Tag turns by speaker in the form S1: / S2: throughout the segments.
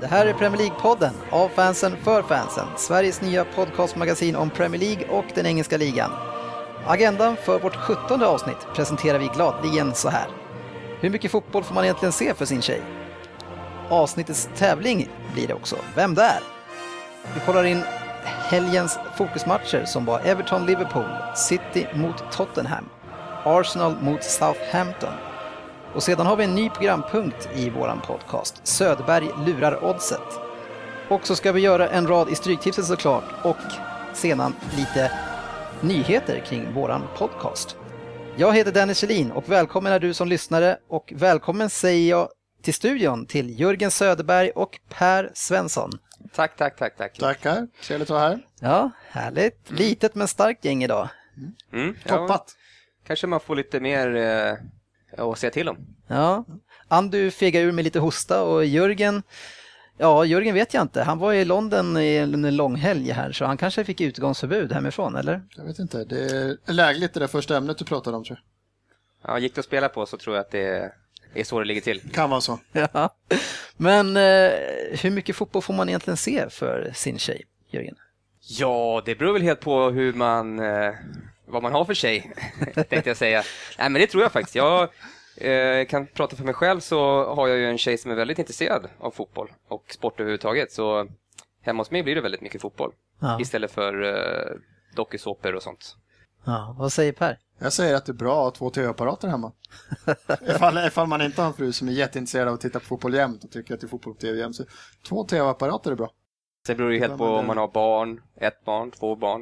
S1: Det här är Premier League-podden av fansen för fansen. Sveriges nya podcastmagasin om Premier League och den engelska ligan. Agendan för vårt 17:e avsnitt presenterar vi gladligen så här. Hur mycket fotboll får man egentligen se för sin tjej? Avsnittets tävling blir det också. Vem där? Vi kollar in helgens fokusmatcher som var Everton-Liverpool, City mot Tottenham, Arsenal mot Southampton. Och sedan har vi en ny programpunkt i våran podcast. Söderberg lurar oddset. Och så ska vi göra en rad i stryktipset såklart. Och sedan lite nyheter kring våran podcast. Jag heter Dennis Kjellin och välkommen är du som lyssnare. Och välkommen säger jag till studion till Jörgen Söderberg och Per Svensson.
S2: Tack.
S3: Tackar, trevligt att vara här.
S1: Ja, härligt. Litet men starkt gäng idag.
S3: Toppat.
S2: Kanske man får lite mer att säga till om.
S1: Ja, Andu fegar ur med lite hosta och Jörgen vet jag inte. Han var i London i en lång helg här så han kanske fick utgångsförbud hemifrån, eller?
S3: Jag vet inte, det är lägligt det där första ämnet du pratade om, tror jag.
S2: Ja, gick det att spela på så tror jag att det är så det ligger till.
S3: Kan vara så.
S1: Ja. Men hur mycket fotboll får man egentligen se för sin tjej, Jörgen?
S2: Ja, det beror väl helt på hur man vad man har för tjej, tänkte jag säga. Nej, men det tror jag faktiskt. Jag kan prata för mig själv, så har jag ju en tjej som är väldigt intresserad av fotboll och sport överhuvudtaget. Så hemma hos mig blir det väldigt mycket fotboll. Ja. Istället för dokusåpor och sånt.
S1: Ja, vad säger Per?
S3: Jag säger att det är bra att ha 2 tv-apparater hemma. ifall man inte har en fru som är jätteintresserad av att titta på fotboll jämt och tycker att det är fotboll på tv jämt, så 2 tv-apparater är bra.
S2: Så det beror ju helt på om man har barn, 1 barn, 2 barn.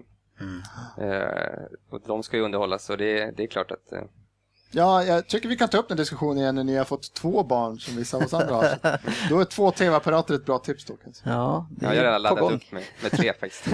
S2: Och de ska ju underhållas, så det är klart att...
S3: Ja, jag tycker vi kan ta upp en diskussion igen när ni har fått 2 barn som vissa av oss andra har. Då är 2 tv-apparater ett bra tips då. Kanske.
S1: Ja,
S2: jag har laddat upp med 3 faktiskt.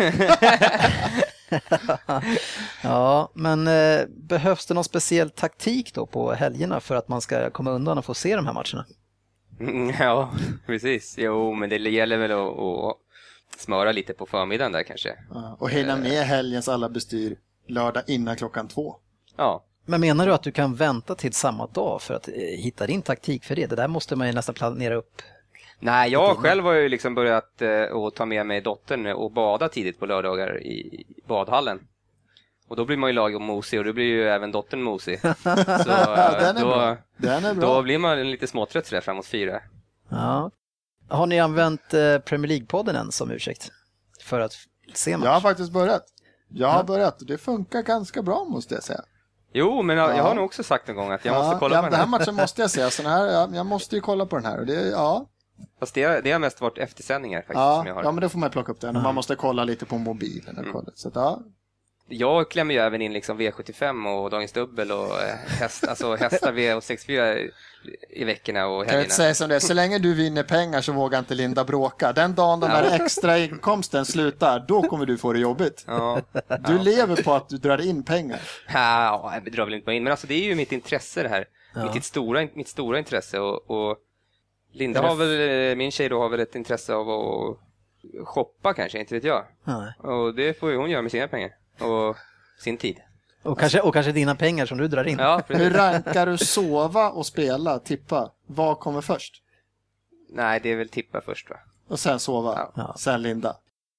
S1: Ja, men behövs det någon speciell taktik då på helgerna för att man ska komma undan och få se de här matcherna?
S2: Ja, precis. Jo, men det gäller väl att smöra lite på förmiddagen där kanske.
S3: Ja, och hinna med helgens alla bestyr lördag innan 2:00.
S2: Ja.
S1: Men menar du att du kan vänta till samma dag för att hitta din taktik för det? Det där måste man ju nästan planera upp.
S2: Nej, jag själv har ju liksom börjat att ta med mig dottern och bada tidigt på lördagar i badhallen. Och då blir man ju lag och mosig, och då blir ju även dottern mosig. Så
S3: Den är bra.
S2: Då blir man lite småtrött sådär framåt 4.
S1: Ja. Har ni använt Premier League-podden än som ursäkt för att se match?
S3: Jag har faktiskt börjat. Jag har börjat och det funkar ganska bra, måste jag säga.
S2: Jo, men jag har nog också sagt en gång att jag måste kolla på den
S3: här matchen måste jag säga. Jag måste ju kolla på den här. Och
S2: Fast det har mest varit eftersändningar faktiskt, som jag har.
S3: Ja, men det får man plocka upp den. Man måste kolla lite på mobilen. Så att,
S2: Jag klämmer ju även in liksom V75 och Dagens Dubbel och hästar V64 i veckorna och helgerna.
S3: Jag vet säga som det, så länge du vinner pengar så vågar inte Linda bråka. Den dagen den här extra inkomsten slutar, då kommer du få det jobbigt.
S2: Ja.
S3: Du lever på att du drar in pengar.
S2: Ja, jag drar väl inte in, men alltså det är ju mitt intresse det här. Ja. Mitt stora intresse, och Linda har väl, min tjej då, har väl ett intresse av att shoppa kanske, inte vet jag.
S1: Nej.
S2: Och det får ju hon göra med sina pengar och sin tid.
S1: Och kanske dina pengar som du drar in.
S2: Ja,
S3: hur rankar du sova och spela, tippa? Vad kommer först?
S2: Nej, det är väl tippa först, va?
S3: Och sen sova, sen Linda.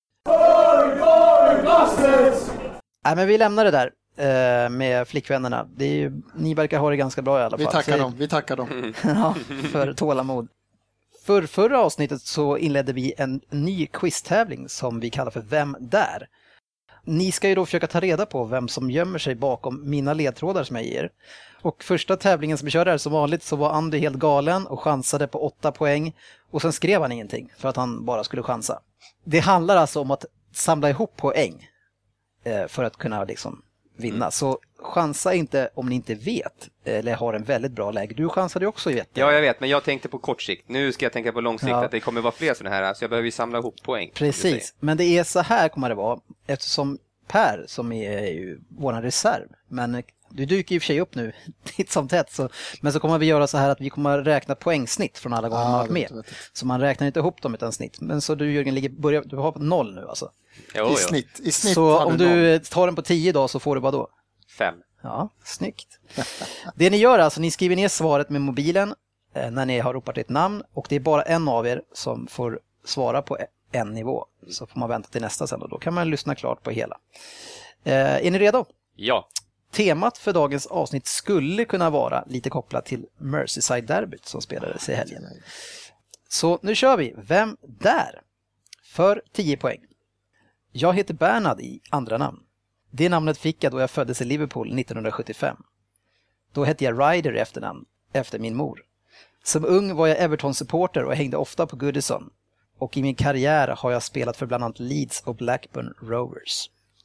S1: Nej, men vi lämnar det där med flickvännerna. Det är ju, ni verkar ha det ganska bra i alla fall.
S3: Vi tackar dem.
S1: Ja, för tålamod. Förra avsnittet så inledde vi en ny quiztävling som vi kallar för Vem där? Ni ska ju då försöka ta reda på vem som gömmer sig bakom mina ledtrådar som jag ger. Och första tävlingen som vi körde här, som vanligt, så var Andy helt galen och chansade på 8 poäng. Och sen skrev han ingenting för att han bara skulle chansa. Det handlar alltså om att samla ihop poäng för att kunna liksom vinna. Så chansa inte om ni inte vet eller har en väldigt bra läge. Du chansade ju också, vet jag.
S2: Ja, jag vet, men jag tänkte på kort sikt. Nu ska jag tänka på lång sikt, att det kommer vara fler sådana här, så jag behöver ju samla ihop poäng.
S1: Precis, men det är så här kommer det vara, eftersom Per, som är ju våran reserv, men du dyker ju för sig upp nu titt som tätt, men så kommer vi göra så här att vi kommer räkna poängsnitt från alla gånger man har varit med. Vet. Så man räknar inte ihop dem utan snitt. Men så du, Jörgen, du har på 0 nu alltså.
S2: Jo.
S3: I snitt
S1: så om du tar den på 10 då, så får du vad då?
S2: 5.
S1: Ja, snyggt. Det ni gör alltså, ni skriver ner svaret med mobilen när ni har ropat ett namn, och det är bara en av er som får svara på en nivå. Så får man vänta till nästa sen och då kan man lyssna klart på hela. Är ni redo?
S2: Ja.
S1: Temat för dagens avsnitt skulle kunna vara lite kopplat till Merseyside-derbyt som spelades i helgen. Så nu kör vi. Vem där? För 10 poäng. Jag heter Bernhard i andra namn. Det namnet fick jag då jag föddes i Liverpool 1975. Då hette jag Ryder i efternamn, efter min mor. Som ung var jag Everton-supporter och hängde ofta på Goodison. Och i min karriär har jag spelat för bland annat Leeds och Blackburn Rovers.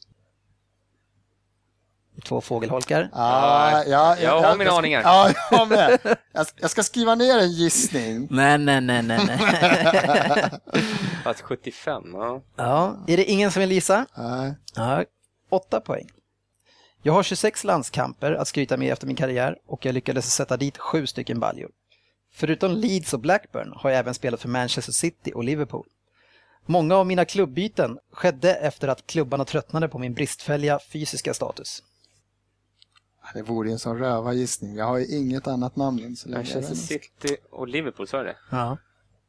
S1: 2 fågelholkar.
S2: Jag har mina aningar.
S3: Ja, jag med. Jag ska skriva ner en gissning.
S1: Nej.
S2: Fast 75, ja.
S1: Ja, är det ingen som vill gissa?
S3: Nej.
S1: Ja, 8 poäng. Jag har 26 landskamper att skryta med efter min karriär och jag lyckades sätta dit 7 stycken baljor. Förutom Leeds och Blackburn har jag även spelat för Manchester City och Liverpool. Många av mina klubbyten skedde efter att klubbarna tröttnade på min bristfälliga fysiska status.
S3: Det vore en sån rövargissning. Jag har ju inget annat namn än så länge.
S2: Manchester City och Liverpool, sa det?
S1: Ja.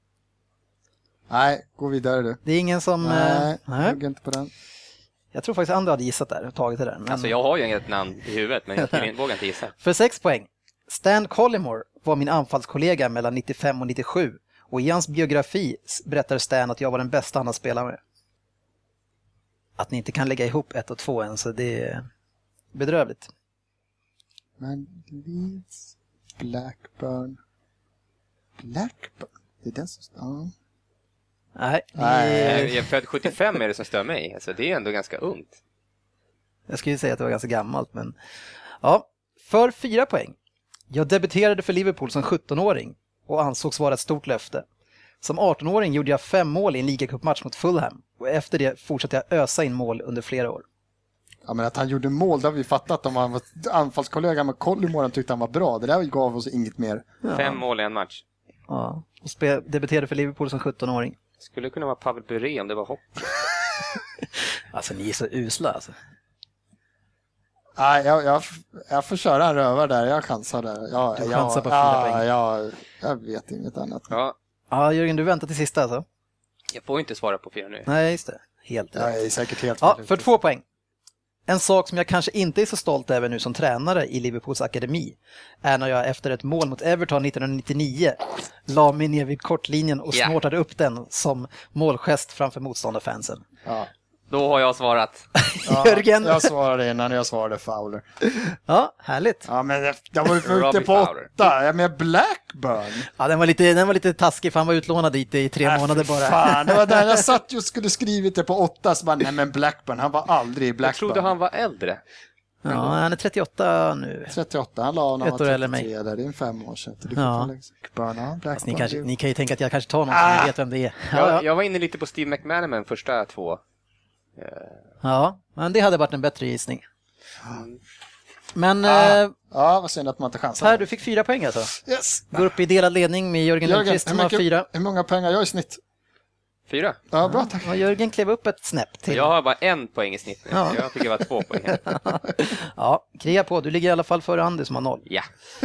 S3: Nej, gå vidare du.
S1: Det är ingen som...
S3: Nej, jag inte på den.
S1: Jag tror faktiskt andra hade gissat där och tagit det där. Men...
S2: Alltså jag har ju inget namn i huvudet, men jag vågar inte gissa.
S1: För 6 poäng. Stan Collymore var min anfallskollega mellan 95 och 97. Och i hans biografi berättar Stan att jag var den bästa han har spelat med. Att ni inte kan lägga ihop 1 och 2 än, så det är bedrövligt.
S3: Men Leeds, Blackburn. Det är den som... Ja.
S1: Nej.
S2: Jag är född 75 är det som stör mig. Alltså, det är ändå ganska ungt.
S1: Jag skulle säga att det var ganska gammalt, men... Ja, för 4 poäng. Jag debuterade för Liverpool som 17-åring och ansågs vara ett stort löfte. Som 18-åring gjorde jag 5 mål i en ligacupmatch mot Fulham och efter det fortsatte jag ösa in mål under flera år.
S3: Ja, men att han gjorde mål, det har vi fattat. Om han var anfallskollega med Collymore tyckte han var bra. Det där gav oss inget mer.
S2: Ja. 5 mål i en match.
S1: Ja, och debuterade för Liverpool som 17-åring.
S2: Skulle kunna vara Pavel Bure om det var hockey.
S1: Alltså, ni är så usla alltså.
S3: Nej, jag får köra en rövar där. Jag chansar där.
S1: Du chansar på 4 poäng.
S3: Jag vet inget annat.
S1: Ja, Jörgen, du väntar till sista alltså.
S2: Jag får inte svara på 4 nu.
S1: Nej, just det. Helt rätt.
S3: Jag är säkert helt
S1: Ja, för 2 poäng. En sak som jag kanske inte är så stolt över nu som tränare i Liverpools akademi är när jag efter ett mål mot Everton 1999 la mig ner vid kortlinjen och snortade upp den som målgest framför motståndarfansen.
S3: Ja.
S2: Då har jag svarat.
S1: Jörgen.
S3: Jag svarade innan jag svarade Fowler.
S1: Ja, härligt.
S3: Ja, men jag var ute på 8. Jag med Blackburn.
S1: Ja, den var lite taskig för han var utlånad dit i 3 månader bara.
S3: Fan, det var där jag satt och skulle skrivit det på 8 så bara, nej men Blackburn, han var aldrig i Blackburn.
S2: Jag trodde han var äldre.
S1: Ja, han är 38 nu.
S3: 38, han la när han var 33 där, det är 5 år sedan. Du
S1: ja.
S3: Blackburn,
S1: ni kan ju tänka att jag kanske tar någon som vet vem det är.
S2: Jag var inne lite på Steve McManaman första 2.
S1: Ja, men det hade varit en bättre gissning. Men
S3: vad synd att man inte chansar.
S1: Per, du fick 4 poäng alltså.
S3: Yes.
S1: Går upp i delad ledning med Jörgen Lundqvist som har 4.
S3: Hur många poäng har jag i snitt?
S2: 4.
S3: Ja, bra, tack.
S1: Och Jörgen klev upp ett snäpp till.
S2: Jag har bara 1 poäng i snitt. Ja. Jag fick bara 2 poäng.
S1: Ja, kriga på. Du ligger i alla fall före Andy som har 0.
S2: Ja.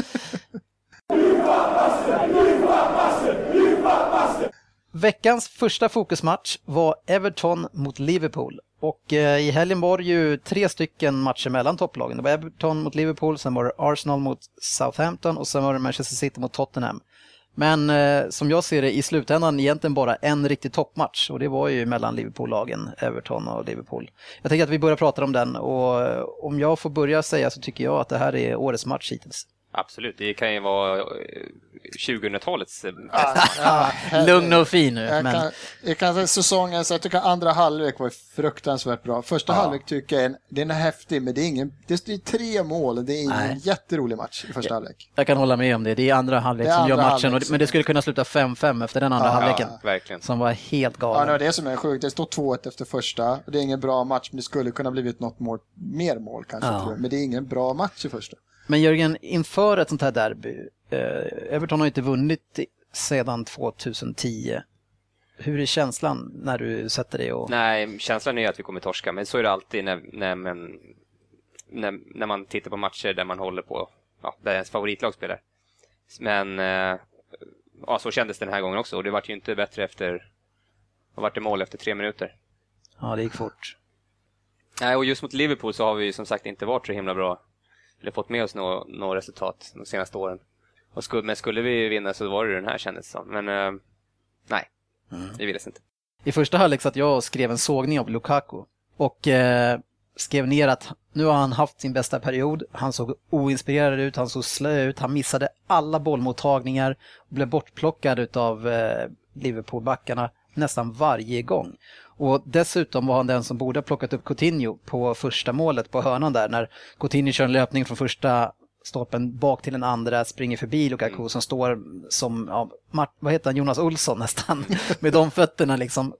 S1: Veckans första fokusmatch var Everton mot Liverpool. Och i helgen var det ju 3 stycken matcher mellan topplagen. Det var Everton mot Liverpool, sen var det Arsenal mot Southampton och sen var det Manchester City mot Tottenham. Men som jag ser det i slutändan egentligen bara en riktig toppmatch. Och det var ju mellan Liverpool-lagen, Everton och Liverpool. Jag tänker att vi börjar prata om den och om jag får börja säga så tycker jag att det här är årets match hittills.
S2: Absolut, det kan ju vara 2000-talets
S1: lugn och fin nu.
S3: Jag kan säsongen så jag tycker andra halvlek var fruktansvärt bra. Första halvlek tycker jag den är häftig, men det är 3 mål. Det är ingen jätterolig match i första halvlek.
S1: Jag kan hålla med om det. Det är andra halvlek som gör matchen. Men det skulle kunna sluta 5-5 efter den andra halvleken.
S2: Verkligen.
S1: Som var helt galen.
S3: Ja, det är det som är sjukt. Det står 2-1 efter första. Det är ingen bra match, men det skulle kunna blivit något mer mål kanske. Men det är ingen bra match i första.
S1: Men Jörgen, inför ett sånt här derby, Everton har ju inte vunnit sedan 2010. Hur är känslan när du sätter dig och...
S2: Nej, känslan är att vi kommer torska, men så är det alltid när man tittar på matcher där man håller på, där ens favoritlag spelar. Men så kändes det den här gången också, och det var ju inte bättre efter och vart det mål efter 3 minuter.
S1: Ja, det gick fort.
S2: Nej, och just mot Liverpool så har vi som sagt inte varit så himla bra. Eller fått med oss några resultat de senaste åren. Men skulle vi vinna så var det den här, kändes som. Men nej, det ville inte.
S1: I första halvlek satt jag och skrev en sågning av Lukaku. Och skrev ner att nu har han haft sin bästa period. Han såg oinspirerad ut, han såg slö ut. Han missade alla bollmottagningar och blev bortplockad av Liverpool-backarna nästan varje gång. Och dessutom var han den som borde ha plockat upp Coutinho på första målet på hörnan där. När Coutinho kör en löpning från första stolpen bak till den andra, springer förbi Lukaku som står som, vad heter han, Jonas Olsson nästan, med de fötterna liksom.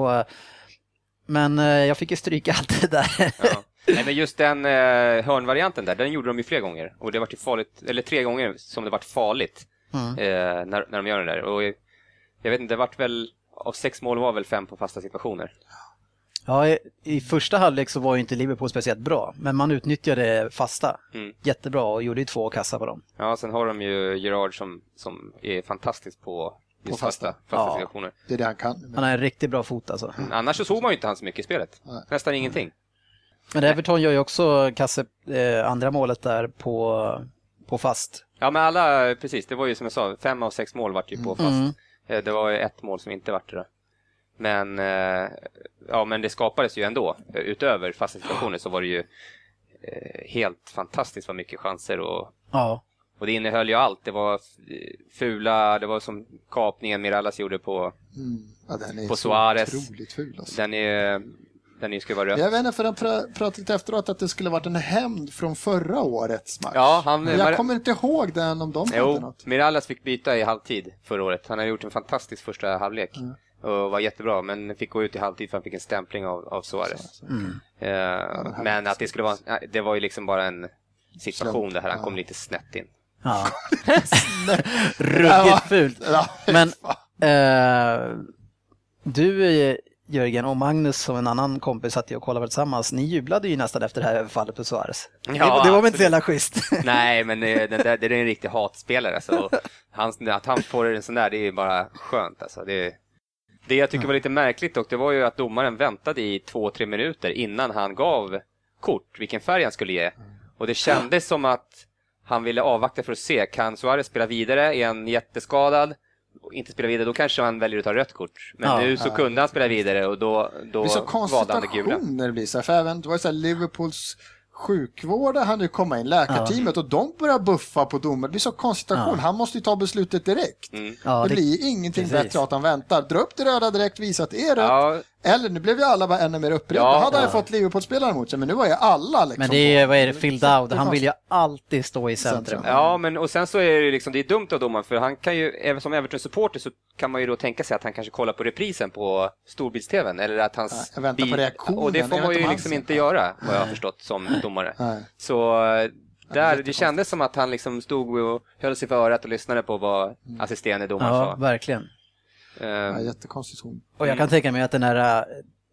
S1: Men jag fick ju stryka allt det där.
S2: Ja. Nej, men just den hörnvarianten där, den gjorde de ju fler gånger. Och det var farligt, eller 3 gånger som det var farligt när de gör det där. Och jag vet inte, det vart väl av 6 mål var väl 5 på fasta situationer.
S1: Ja, i första halvlek så var ju inte Liverpool speciellt bra, men man utnyttjade fasta jättebra och gjorde ju 2 kassar på dem.
S2: Ja, sen har de ju Gerard som är fantastisk på fasta situationer.
S3: Det är det han kan.
S1: Han har en riktigt bra fot alltså.
S2: Annars så såg man ju inte han så mycket i spelet. Nästan ingenting.
S1: Men Everton gör ju också kasse andra målet där på fast.
S2: Ja, men alla, precis, det var ju som jag sa, 5 av 6 mål vart ju på fast. Det var ju 1 mål som inte vart det. Men men det skapades ju ändå. Utöver fasta situationer så var det ju helt fantastiskt vad mycket chanser och det innehöll ju allt. Det var fula, det var som kapningen Mirallas gjorde på Suarez.
S3: Otroligt ful alltså.
S2: Den skulle vara rött.
S3: Jag vet inte, för han pratade lite efteråt att det skulle varit en hämnd från förra årets match.
S2: Ja,
S3: jag kommer inte ihåg den om de hade något.
S2: Mirallas fick byta i halvtid förra året. Han har gjort en fantastisk första halvlek. Och var jättebra, men fick gå ut i halvtid för han fick en stämpling av Suarez. Men att det skulle vara, det var ju liksom bara en situation där han kom lite snett in.
S1: Ja. Ruggigt fult. Men du, Jörgen, och Magnus som en annan kompis satt och kollade tillsammans. Ni jublade ju nästan efter det här överfallet på Suarez. Ja, det var väl inte så jävla schysst.
S2: Nej, men det är en riktig hatspelare. Så att han får en sån där, det är bara skönt. Alltså. Det jag tycker var lite märkligt dock, det var ju att domaren väntade i 2-3 minuter innan han gav kort vilken färg han skulle ge. Och det kändes som att han ville avvakta för att se, kan Suarez spela vidare? Är han jätteskadad? Och inte spela vidare, då kanske han väljer att ta rött kort. Men nu så kunde han spela vidare och då valde han det gula.
S3: Det blir så för även det var så här Liverpools sjukvård han nu komma in, läkarteamet och de börjar buffa på domaren. Det blir så konstation. Han måste ju ta beslutet direkt. Det blir ingenting bättre att han väntar. Dra upp det röda direkt, visa att det är rött. Eller nu blev ju alla bara ännu mer upprörda. Då hade han fått Liverpool-spelare mot sig, men nu var ju alla liksom.
S1: Men det är, vad är det, Phil Dowd, han vill ju alltid stå i centrum.
S2: Ja, men och sen så är det liksom, det är dumt av domaren, för han kan ju, även som Everton-supporter så kan man ju då tänka sig att han kanske kollar på reprisen på storbilds-tvn, eller att hans
S3: jag väntar på reaktionen.
S2: Och det får man ju liksom inte göra, vad jag har förstått som domare. Så det kändes som att han liksom stod och höll sig för örat och lyssnade på vad assisterande domaren sa.
S1: Ja, verkligen.
S3: Jättekonstigt.
S1: Och jag kan tänka mig att den här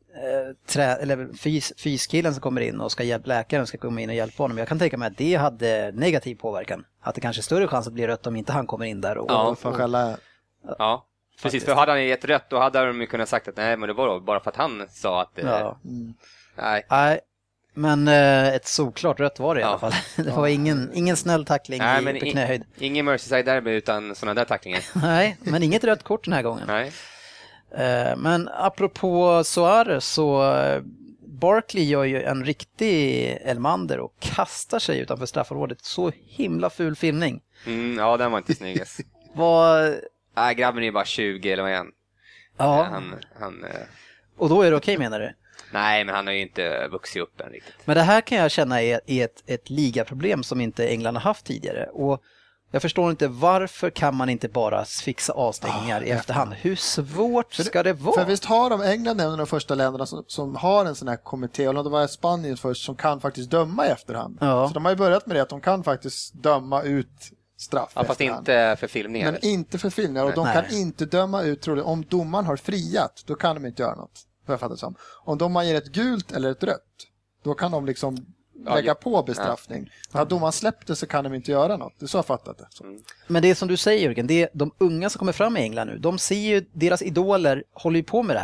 S1: fyskillen som kommer in och ska hjälpa läkaren ska komma in och hjälpa honom. Jag kan tänka mig att det hade negativ påverkan. Att det kanske är större chans att bli rött om inte han kommer in där.
S2: Ja, precis. För hade han gett rött då hade de ju kunnat sagt att nej, men det var bara för att han sa att
S1: nej. Men ett såklart rött var det i alla fall. Det var ingen snäll tackling på knähöjd.
S2: Ingen Merseyside derby utan sådana där tacklingar.
S1: Nej, men inget rött kort den här gången.
S2: Nej.
S1: Men apropå Suarez så Barkley gör ju en riktig Elmander och kastar sig utanför straffområdet. Så himla ful filmning.
S2: Ja, den var inte snygg. Nej, grabben är ju bara 20 eller vad är han?
S1: Ja. Och då är det okej, menar du?
S2: Nej, men han har ju inte vuxit upp än riktigt.
S1: Men det här kan jag känna är ett ligaproblem som inte England har haft tidigare. Och jag förstår inte, varför kan man inte bara fixa avstängningar i efterhand? Hur svårt ska det vara?
S3: För visst har England en av de första länderna som har en sån här kommitté, och det var Spanien först, som kan faktiskt döma i efterhand. Ja. Så de har ju börjat med det, att de kan faktiskt döma ut straff.
S2: Ja, fast inte för filmningar.
S3: Men inte för filmningar, och de kan inte döma ut, tror jag. Om domaren har friat, då kan de inte göra något. Om domaren ger ett gult eller ett rött, då kan de liksom lägga på bestraffning. När domaren släppte så kan de inte göra något. Det är så jag fattat det.
S1: Men det är som du säger, Jörgen, det är de unga som kommer fram i England nu. De ser ju, deras idoler håller ju på med det här.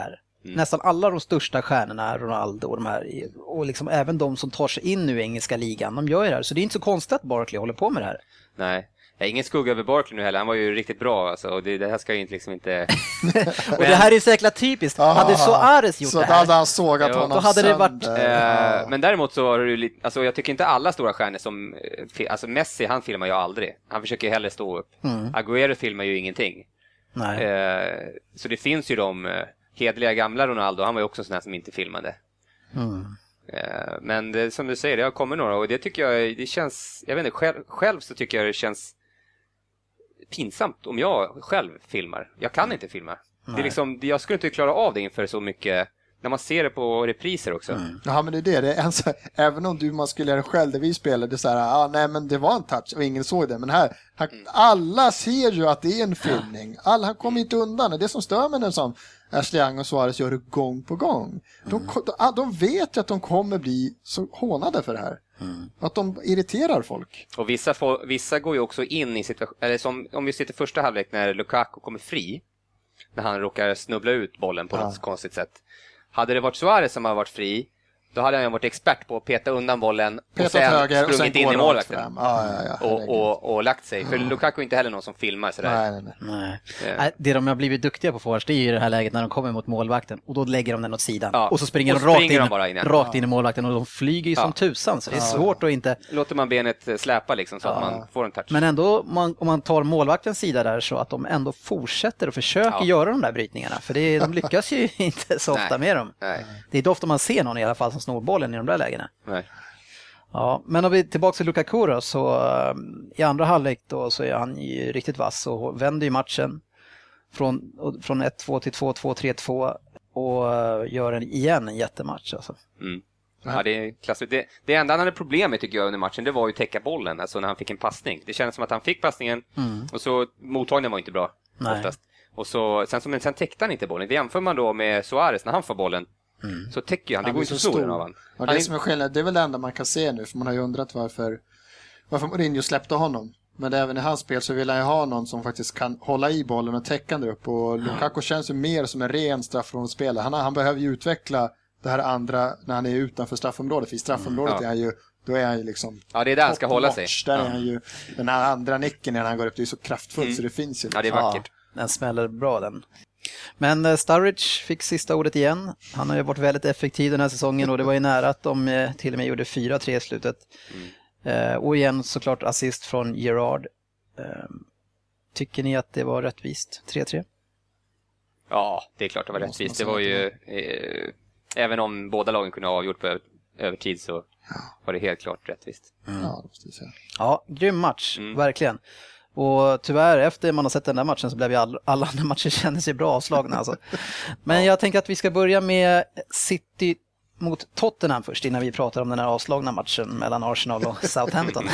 S1: Nästan alla de största stjärnorna, Ronaldo och de här, och liksom även de som tar sig in nu i engelska ligan, de gör ju det här. Så det är inte så konstigt att Barkley håller på med det här.
S2: Nej. Ingen skugga över Barkley nu heller. Han var ju riktigt bra alltså, och det här ska ju liksom inte...
S1: Och det här är ju så jäkla typiskt. Hade Suarez gjort
S3: så
S1: det här,
S3: hade han sågat honom.
S1: Då hade det varit...
S2: Men däremot så har du lite... Alltså jag tycker inte alla stora stjärnor som... Alltså Messi, han filmar ju aldrig. Han försöker hellre stå upp. Aguero filmar ju ingenting.
S1: Nej.
S2: Så det finns ju de hedliga gamla Ronaldo. Han var ju också sån här som inte filmade. Men det, som du säger, det har kommit några, och det tycker jag, det känns, jag vet inte, själv så tycker jag det känns pinsamt om jag själv filmar. Jag kan inte filma. Det är liksom, jag skulle inte klara av det inför så mycket, när man ser det på repriser också.
S3: Ja, men det är det. Alltså, även om man skulle göra det själv, där vi spelade, det så här, nej men det var en touch och ingen såg det. Men här alla ser ju att det är en filmning. Han kommer inte undan. Det som stör med den som Ashley Young och Suarez gör det gång på gång. De vet ju att de kommer bli så hånade för det här. Att de irriterar folk.
S2: Och vissa går ju också in i situation, eller som om vi sitter första halvlek när Lukaku kommer fri, när han råkar snubbla ut bollen på något konstigt sätt. Hade det varit Suarez som hade varit fri, då hade han varit expert på att peta undan bollen och sen sprungit in i målvakten och lagt sig. För Lukaku är inte heller någon som filmar sådär.
S1: Nej. Det de har blivit duktiga på först, det är ju det här läget när de kommer mot målvakten och då lägger de den åt sidan. Och så springer de rakt in i målvakten och de flyger ju som tusan, så det är svårt att inte...
S2: Låter man benet släpa liksom, så att man får en touch.
S1: Men ändå, om man tar målvaktens sida där, så att de ändå fortsätter och försöker göra de där brytningarna. För de lyckas ju inte så ofta med dem. Det är inte ofta man ser någon i alla fall som snor bollen i de där lägena. Ja, men om vi tillbaka till Lukaku då, så i andra halvlek då, så är han ju riktigt vass och vänder ju matchen från 1-2 till 2-2, 3-2 och gör en jättematch alltså.
S2: Ja, det är klassiskt. Det enda han hade problem med, tycker jag, under matchen, det var ju att täcka bollen, alltså när han fick en passning. Det kändes som att han fick passningen och så mottagningen var inte bra oftast. Och så sen täckte han inte bollen. Det jämför man då med Suarez när han får bollen. Så täcker han, det går inte så stor av han.
S3: Ja, det som är skillnad, det är väl det enda man kan se nu, för man har ju undrat varför Mourinho släppte honom. Men även i hans spel så vill han ju ha någon som faktiskt kan hålla i bollen och täcka där upp. Och Lukaku känns ju mer som en ren straffområdesspelare. Han behöver ju utveckla det här andra när han är utanför straffområdet. För i straffområdet är han ju, då är han ju liksom...
S2: Ja, det är där han ska hålla sig.
S3: Där är han ju, den här andra nicken när han går upp, det är så kraftfullt så det finns ju.
S2: Ja, det är vackert.
S1: Den smäller bra den. Men Sturridge fick sista ordet igen. Han har ju varit väldigt effektiv den här säsongen och det var ju nära att de till och med gjorde 4-3 i slutet. Och igen såklart assist från Gerrard. Tycker ni att det var rättvist? 3-3?
S2: Ja, det är klart det var rättvist. Det var ju, även om båda lagen kunde ha avgjort på övertid, så var det helt klart rättvist.
S1: Ja, grym match, verkligen. Och tyvärr, efter man har sett den där matchen så blev ju alla andra matcher kändes sig bra avslagna alltså. Men jag tänker att vi ska börja med City mot Tottenham först, innan vi pratar om den här avslagna matchen mellan Arsenal och Southampton.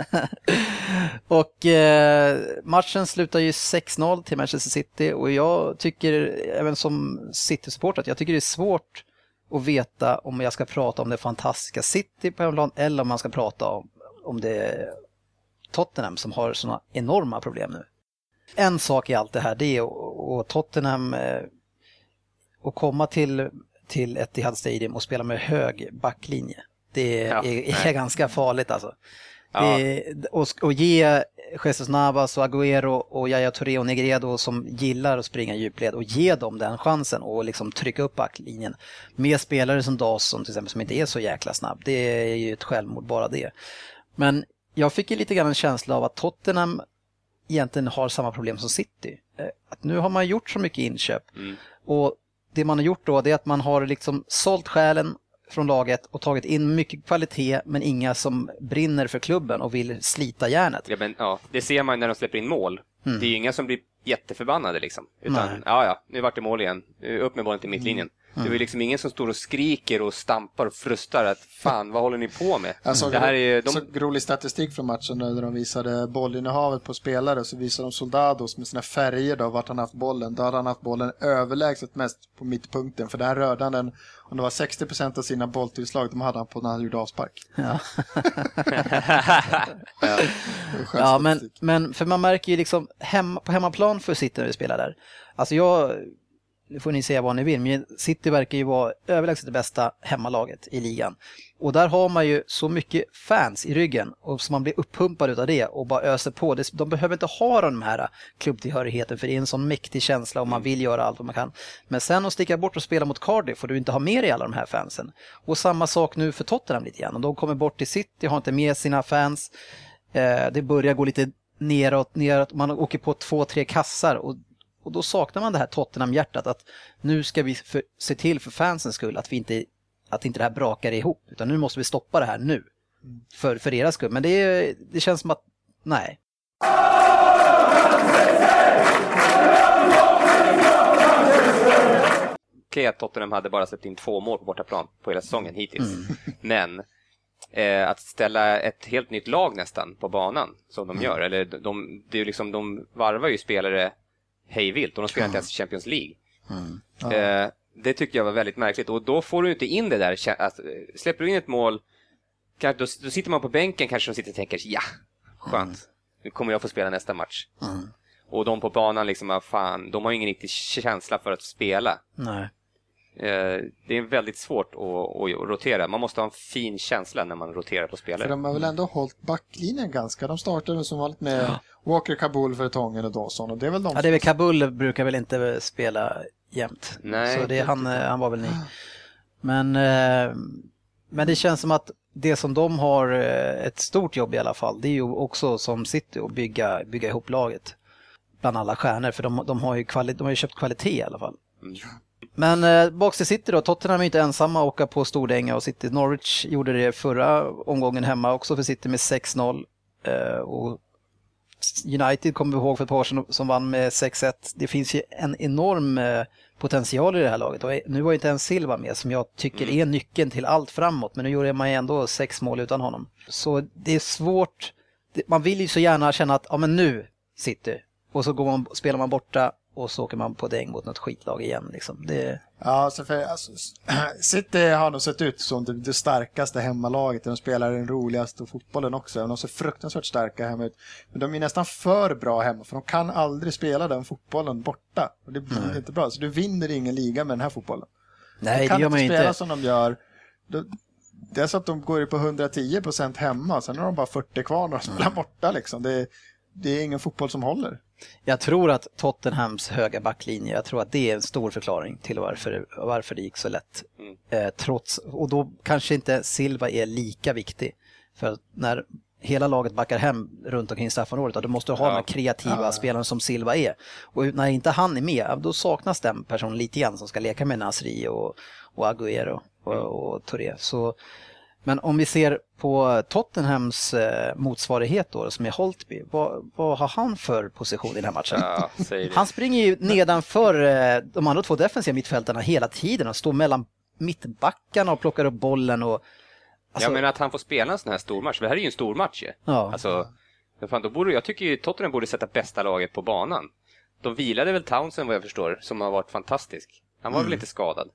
S1: Och matchen slutar ju 6-0 till Manchester City, och jag tycker, även som City-supporter, jag tycker det är svårt att veta om jag ska prata om det fantastiska City på hemmaplan eller om man ska prata om det Tottenham som har såna enorma problem nu. En sak i allt det här, det är att Tottenham att komma till Etihad Stadium och spela med hög backlinje. Det är ganska farligt alltså. Och ge Jesus Navas och Agüero och Yaya Touré och Negredo, som gillar att springa djupled, och ge dem den chansen och liksom trycka upp backlinjen med spelare som Dawson till exempel, som inte är så jäkla snabb. Det är ju ett självmord bara det. Men jag fick ju lite grann en känsla av att Tottenham egentligen har samma problem som City. Att nu har man gjort så mycket inköp. Och det man har gjort då, det är att man har liksom sålt själen från laget och tagit in mycket kvalitet, men inga som brinner för klubben och vill slita järnet.
S2: Det ser man när de släpper in mål. Det är ju inga som blir jätteförbannade liksom. Utan, nu vart det mål igen. Upp med bollen till mittlinjen. Det är liksom ingen som står och skriker och stampar och frustar att fan, vad håller ni på med?
S3: Det här är så rolig statistik från matchen där de visade bollinnehavet på spelare, så visade de Soldados med sina färger då, vart han haft bollen. Då hade han haft bollen överlägset mest på mittpunkten, för där rörde han den, om det var 60% av sina bolltillslag, de hade han på när han gjorde avspark. Men
S1: för man märker ju liksom på hemmaplan för City när vi spelar där. Alltså nu får ni säga vad ni vill, men City verkar ju vara överlägset det bästa hemmalaget i ligan. Och där har man ju så mycket fans i ryggen och så man blir uppumpad utav det och bara öser på. De behöver inte ha de här klubbtillhörigheten för det är en sån mäktig känsla och man vill göra allt vad man kan. Men sen att sticka bort och spela mot Cardiff får du inte ha med dig alla de här fansen. Och samma sak nu för Tottenham lite grann. Och de kommer bort till City, har inte med sina fans. Det börjar gå lite neråt. Man åker på 2-3 kassar och då saknar man det här Tottenham-hjärtat att nu ska vi se till för fansens skull att inte det här brakar ihop, utan nu måste vi stoppa det här nu för deras skull. Men det känns som att nej.
S2: Okej att Tottenham hade bara släppt in 2 mål på bortaplan på hela säsongen hittills. Men att ställa ett helt nytt lag nästan på banan som de gör, eller det är ju liksom, de varvar ju spelare hejvilt och de spelar inte ens Champions League. Det tycker jag var väldigt märkligt. Och då får du inte in det där. Släpper du in ett mål, då sitter man på bänken, kanske de sitter och tänker ja, skönt, nu kommer jag få spela nästa match. Och de på banan liksom, fan, de har ingen riktig känsla för att spela.
S1: Nej.
S2: Det är väldigt svårt att rotera. Man måste ha en fin känsla när man roterar på spelare.
S3: För de har väl ändå hållit backlinjen ganska. De startade som vanligt med Walker, Kabul, Vertongen och Dawson. Och det är väl
S1: det är väl Kabul brukar väl inte spela jämt.
S2: Nej,
S1: så han var väl ny. Men det känns som att det som de har ett stort jobb i alla fall, det är ju också som City att bygga ihop laget bland alla stjärnor. För de har ju köpt kvalitet i alla fall. Men bak till City då, Tottenham är inte ensamma att åka på Stordänga och City. Norwich gjorde det förra omgången hemma också för City med 6-0. Och United kommer vi ihåg för ett par år som vann med 6-1. Det finns ju en enorm potential i det här laget. Och nu var inte en Silva med som jag tycker är nyckeln till allt framåt. Men nu gjorde man ju ändå 6 mål utan honom. Så det är svårt. Man vill ju så gärna känna att ja, men nu City. Och så spelar man borta. Och så åker man på däng mot något skitlag igen. Liksom.
S3: Ja, så City har nog sett ut som det starkaste hemmalaget. De spelar den roligaste fotbollen också. De är så fruktansvärt starka hemma ut. Men de är nästan för bra hemma. För de kan aldrig spela den fotbollen borta. Och det blir inte bra. Så du vinner ingen liga med den här fotbollen.
S1: Nej, det gör man
S3: inte.
S1: inte.
S3: Spela som de gör. Det är så att de går på 110% hemma. Sen har de bara 40 kvar och spelar borta. Liksom. Det är ingen fotboll som håller.
S1: Jag tror att Tottenhams höga backlinje, jag tror att det är en stor förklaring till varför det gick så lätt. Och då kanske inte Silva är lika viktig. För när hela laget backar hem runt omkring straffområdet, då måste du ha de här kreativa spelarna som Silva är. Och när inte han är med, då saknas den personen lite grann som ska leka med Nasri och Agüero och Touré. Men om vi ser på Tottenhams motsvarighet då, som är Holtby, vad har han för position i den här matchen?
S2: Ja,
S1: han springer ju nedanför de andra 2 defensiva mittfältarna hela tiden och står mellan mittbackarna och plockar upp bollen. Och,
S2: jag menar att han får spela en sån här stor match. Det här är ju en stor match ju.
S1: Ja.
S2: Alltså, jag tycker ju Tottenham borde sätta bästa laget på banan. De vilade väl Townsend vad jag förstår, som har varit fantastisk. Han var väl inte skadad.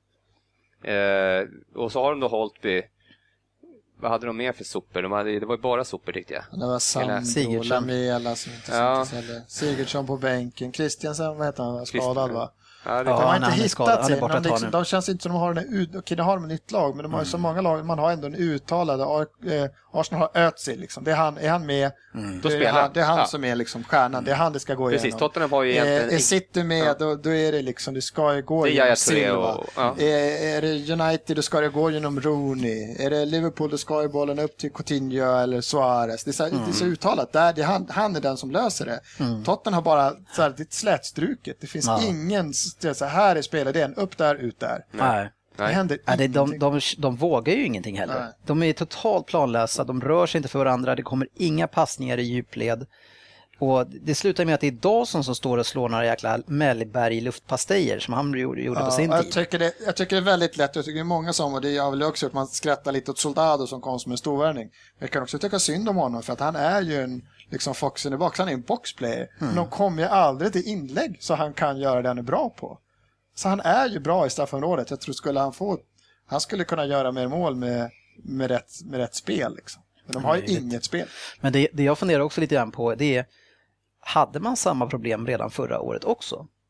S2: Och så har de då Holtby. Vad hade de med för sopor? Det var ju bara sopor tyckte jag.
S3: Det var Sandro, Lamela som inte Sigurdsson på bänken. Christiansen, vad heter han? Var skadad va?
S2: Ja,
S3: de har inte hittat sig. De känns inte som de har de har ett nytt lag, men de har ju så många lag. Man har ändå en uttalad. Arsenal har Özil liksom. Är han med? Det är han som är liksom stjärnan. Det är han det ska gå igenom.
S2: Precis, Tottenham har ju egentligen...
S3: Sitter med, då är det liksom, det ska ju gå genom Silva. Är det United, då ska det gå genom Rooney. Är det Liverpool, då ska ju bollen upp till Coutinho eller Suarez. Det är så uttalat. Han är den som löser det. Tottenham har bara så här, det är slätstruket. Det finns ingen så här är spelet, det är en upp där, ut där.
S1: Nej.
S3: Det händer
S1: de vågar ju ingenting heller. Nej. De är totalt planlösa, de rör sig inte för varandra, det kommer inga passningar i djupled. Och det slutar med att det är Dawson som står och slår några jäkla Mellberg luftpastejer som han gjorde på sin tid.
S3: Jag tycker det är väldigt lätt. Jag tycker det är många som, och det har väl också gjort, man skrattar lite åt Soldado som kom som en storvärning. Jag kan också tycka synd om honom för att han är ju en liksom fox in the box, han är en boxplayer. Men de kommer ju aldrig till inlägg så han kan göra det han är bra på. Så han är ju bra i straffområdet. Jag tror han skulle kunna göra mer mål med rätt spel liksom. Men de har ju inget spel.
S1: Men det jag funderar också lite grann på, det är, hade man samma problem redan förra året också?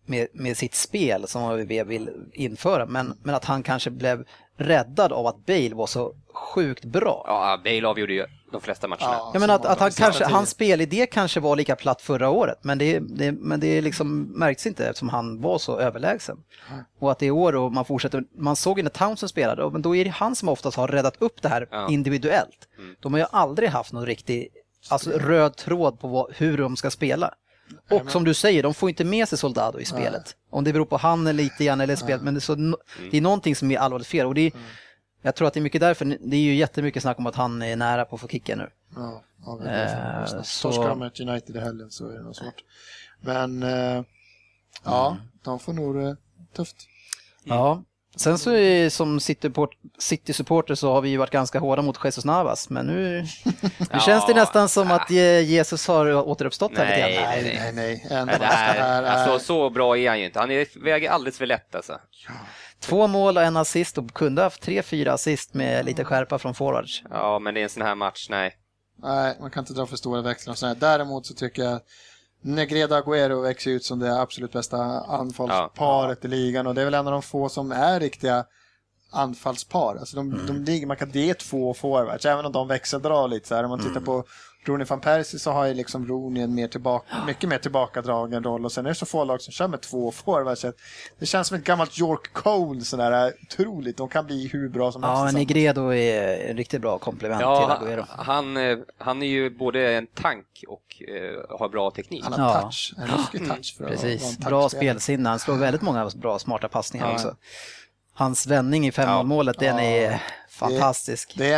S1: med sitt spel som AVB vill införa, men att han kanske blev räddad av att Bale var så sjukt bra.
S2: Ja, Bale avgjorde ju de flesta matcherna.
S1: Ja, men att han kanske, hans spelidé kanske var lika platt förra året, men det liksom märks inte eftersom han var så överlägsen. Och att det är år och man fortsätter, man såg ju när Townsend spelade, men då är det han som oftast har räddat upp det här individuellt. De har ju aldrig haft någon riktig röd tråd på hur de ska spela. Och som du säger, de får inte med sig Soldado i spelet. Om det beror på han lite grann eller spelet, men det är någonting som är allvarligt fel. Och jag tror att det är mycket därför, det är ju jättemycket snack om att han är nära på att få kicka nu.
S3: Torskar de ett United i helgen så är det nog svårt. Men de får nog tufft.
S1: Ja. Sen så är, som City-supporter så har vi ju varit ganska hårda mot Jesus Navas, men nu känns det nästan som att Jesus har återuppstått här lite
S3: grann. Nej.
S2: Alltså, så bra är han ju inte. Han väger alldeles för lätt alltså.
S1: 2 mål och 1 assist och kunde haft 3-4 assist med lite skärpa från forwards.
S2: Ja, men det är en sån här match, nej.
S3: Nej, man kan inte dra för stora växlar. Däremot så tycker jag Negredo Agüero växer ut som det absolut bästa anfallsparet i ligan, och det är väl en av de få som är riktiga anfallspar. Alltså det är 2 forwards, även om de växeldrar lite så här. Om man tittar på Rooney van Persie så har ju liksom Rooney en mycket mer tillbakadragen roll, och sen är det så få lag som kör med 2 forwards. Det känns som ett gammalt York Cole sådär, otroligt. De kan bli hur bra som helst.
S1: Ja, men Negredo är en riktigt bra komplement till Agüero.
S2: Han är ju både en tank och har bra teknik.
S3: Han har touch, en ruskig touch för
S1: precis. Bra spelsinne, han slår väldigt många bra smarta passningar också. Hans vändning i 5-målet, den är fantastisk.
S3: Det är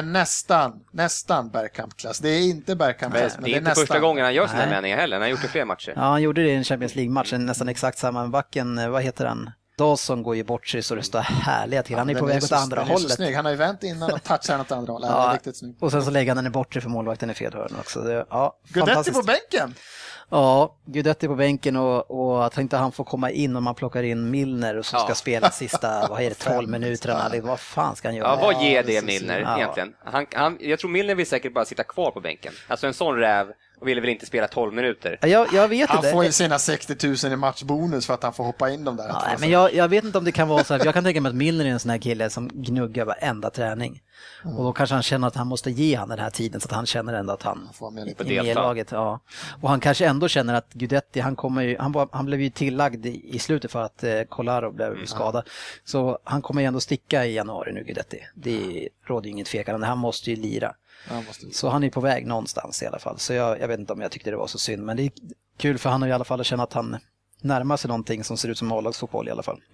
S3: nästan Bergkamp-klass. Det är inte Bergkamp-klass, men
S2: det är inte första gången han gör sådana vändningar heller. Han har gjort det fler matcher.
S1: Ja, han gjorde det i en Champions League-match, nästan exakt samma. Backen, vad heter han? Dawson går ju bort sig så det står härliga till. Han är på väg åt andra hållet.
S3: Han har ju vänt innan och touchar åt andra hållet. Ja, riktigt snyggt.
S1: Och sen så lägger han den bort sig för målvakten i fel hörn också.
S3: Gudetti på bänken!
S1: Ja, Gudetti på bänken och att inte han får komma in och man plockar in Milner och så ska spela sista 12 minuterna. Vad fan ska han göra?
S2: Ja, vad ger det Milner egentligen? Jag tror Milner vill säkert bara sitta kvar på bänken. Alltså en sån räv och ville väl inte spela 12 minuter.
S1: Jag vet
S3: han får ju sina 60 000 i matchbonus för att han får hoppa in de där.
S1: Ja, men jag vet inte om det kan vara så här. Jag kan tänka mig att Milner är en sån här kille som gnuggar varenda träning. Och då kanske han känner att han måste ge han den här tiden så att han känner ändå att han får med i laget. Ja. Och han kanske ändå känner att Gudetti, han blev ju tillagd i slutet för att Kolarov blev skadad. Så han kommer ju ändå sticka i januari nu, Gudetti. Det råder ju inget tvekan. Han måste ju lira. Så han är på väg någonstans i alla fall. Så jag vet inte om jag tyckte det var så synd. Men det är kul för han har i alla fall att känna att han närmar sig någonting som ser ut som A-lagsfotboll i alla fall.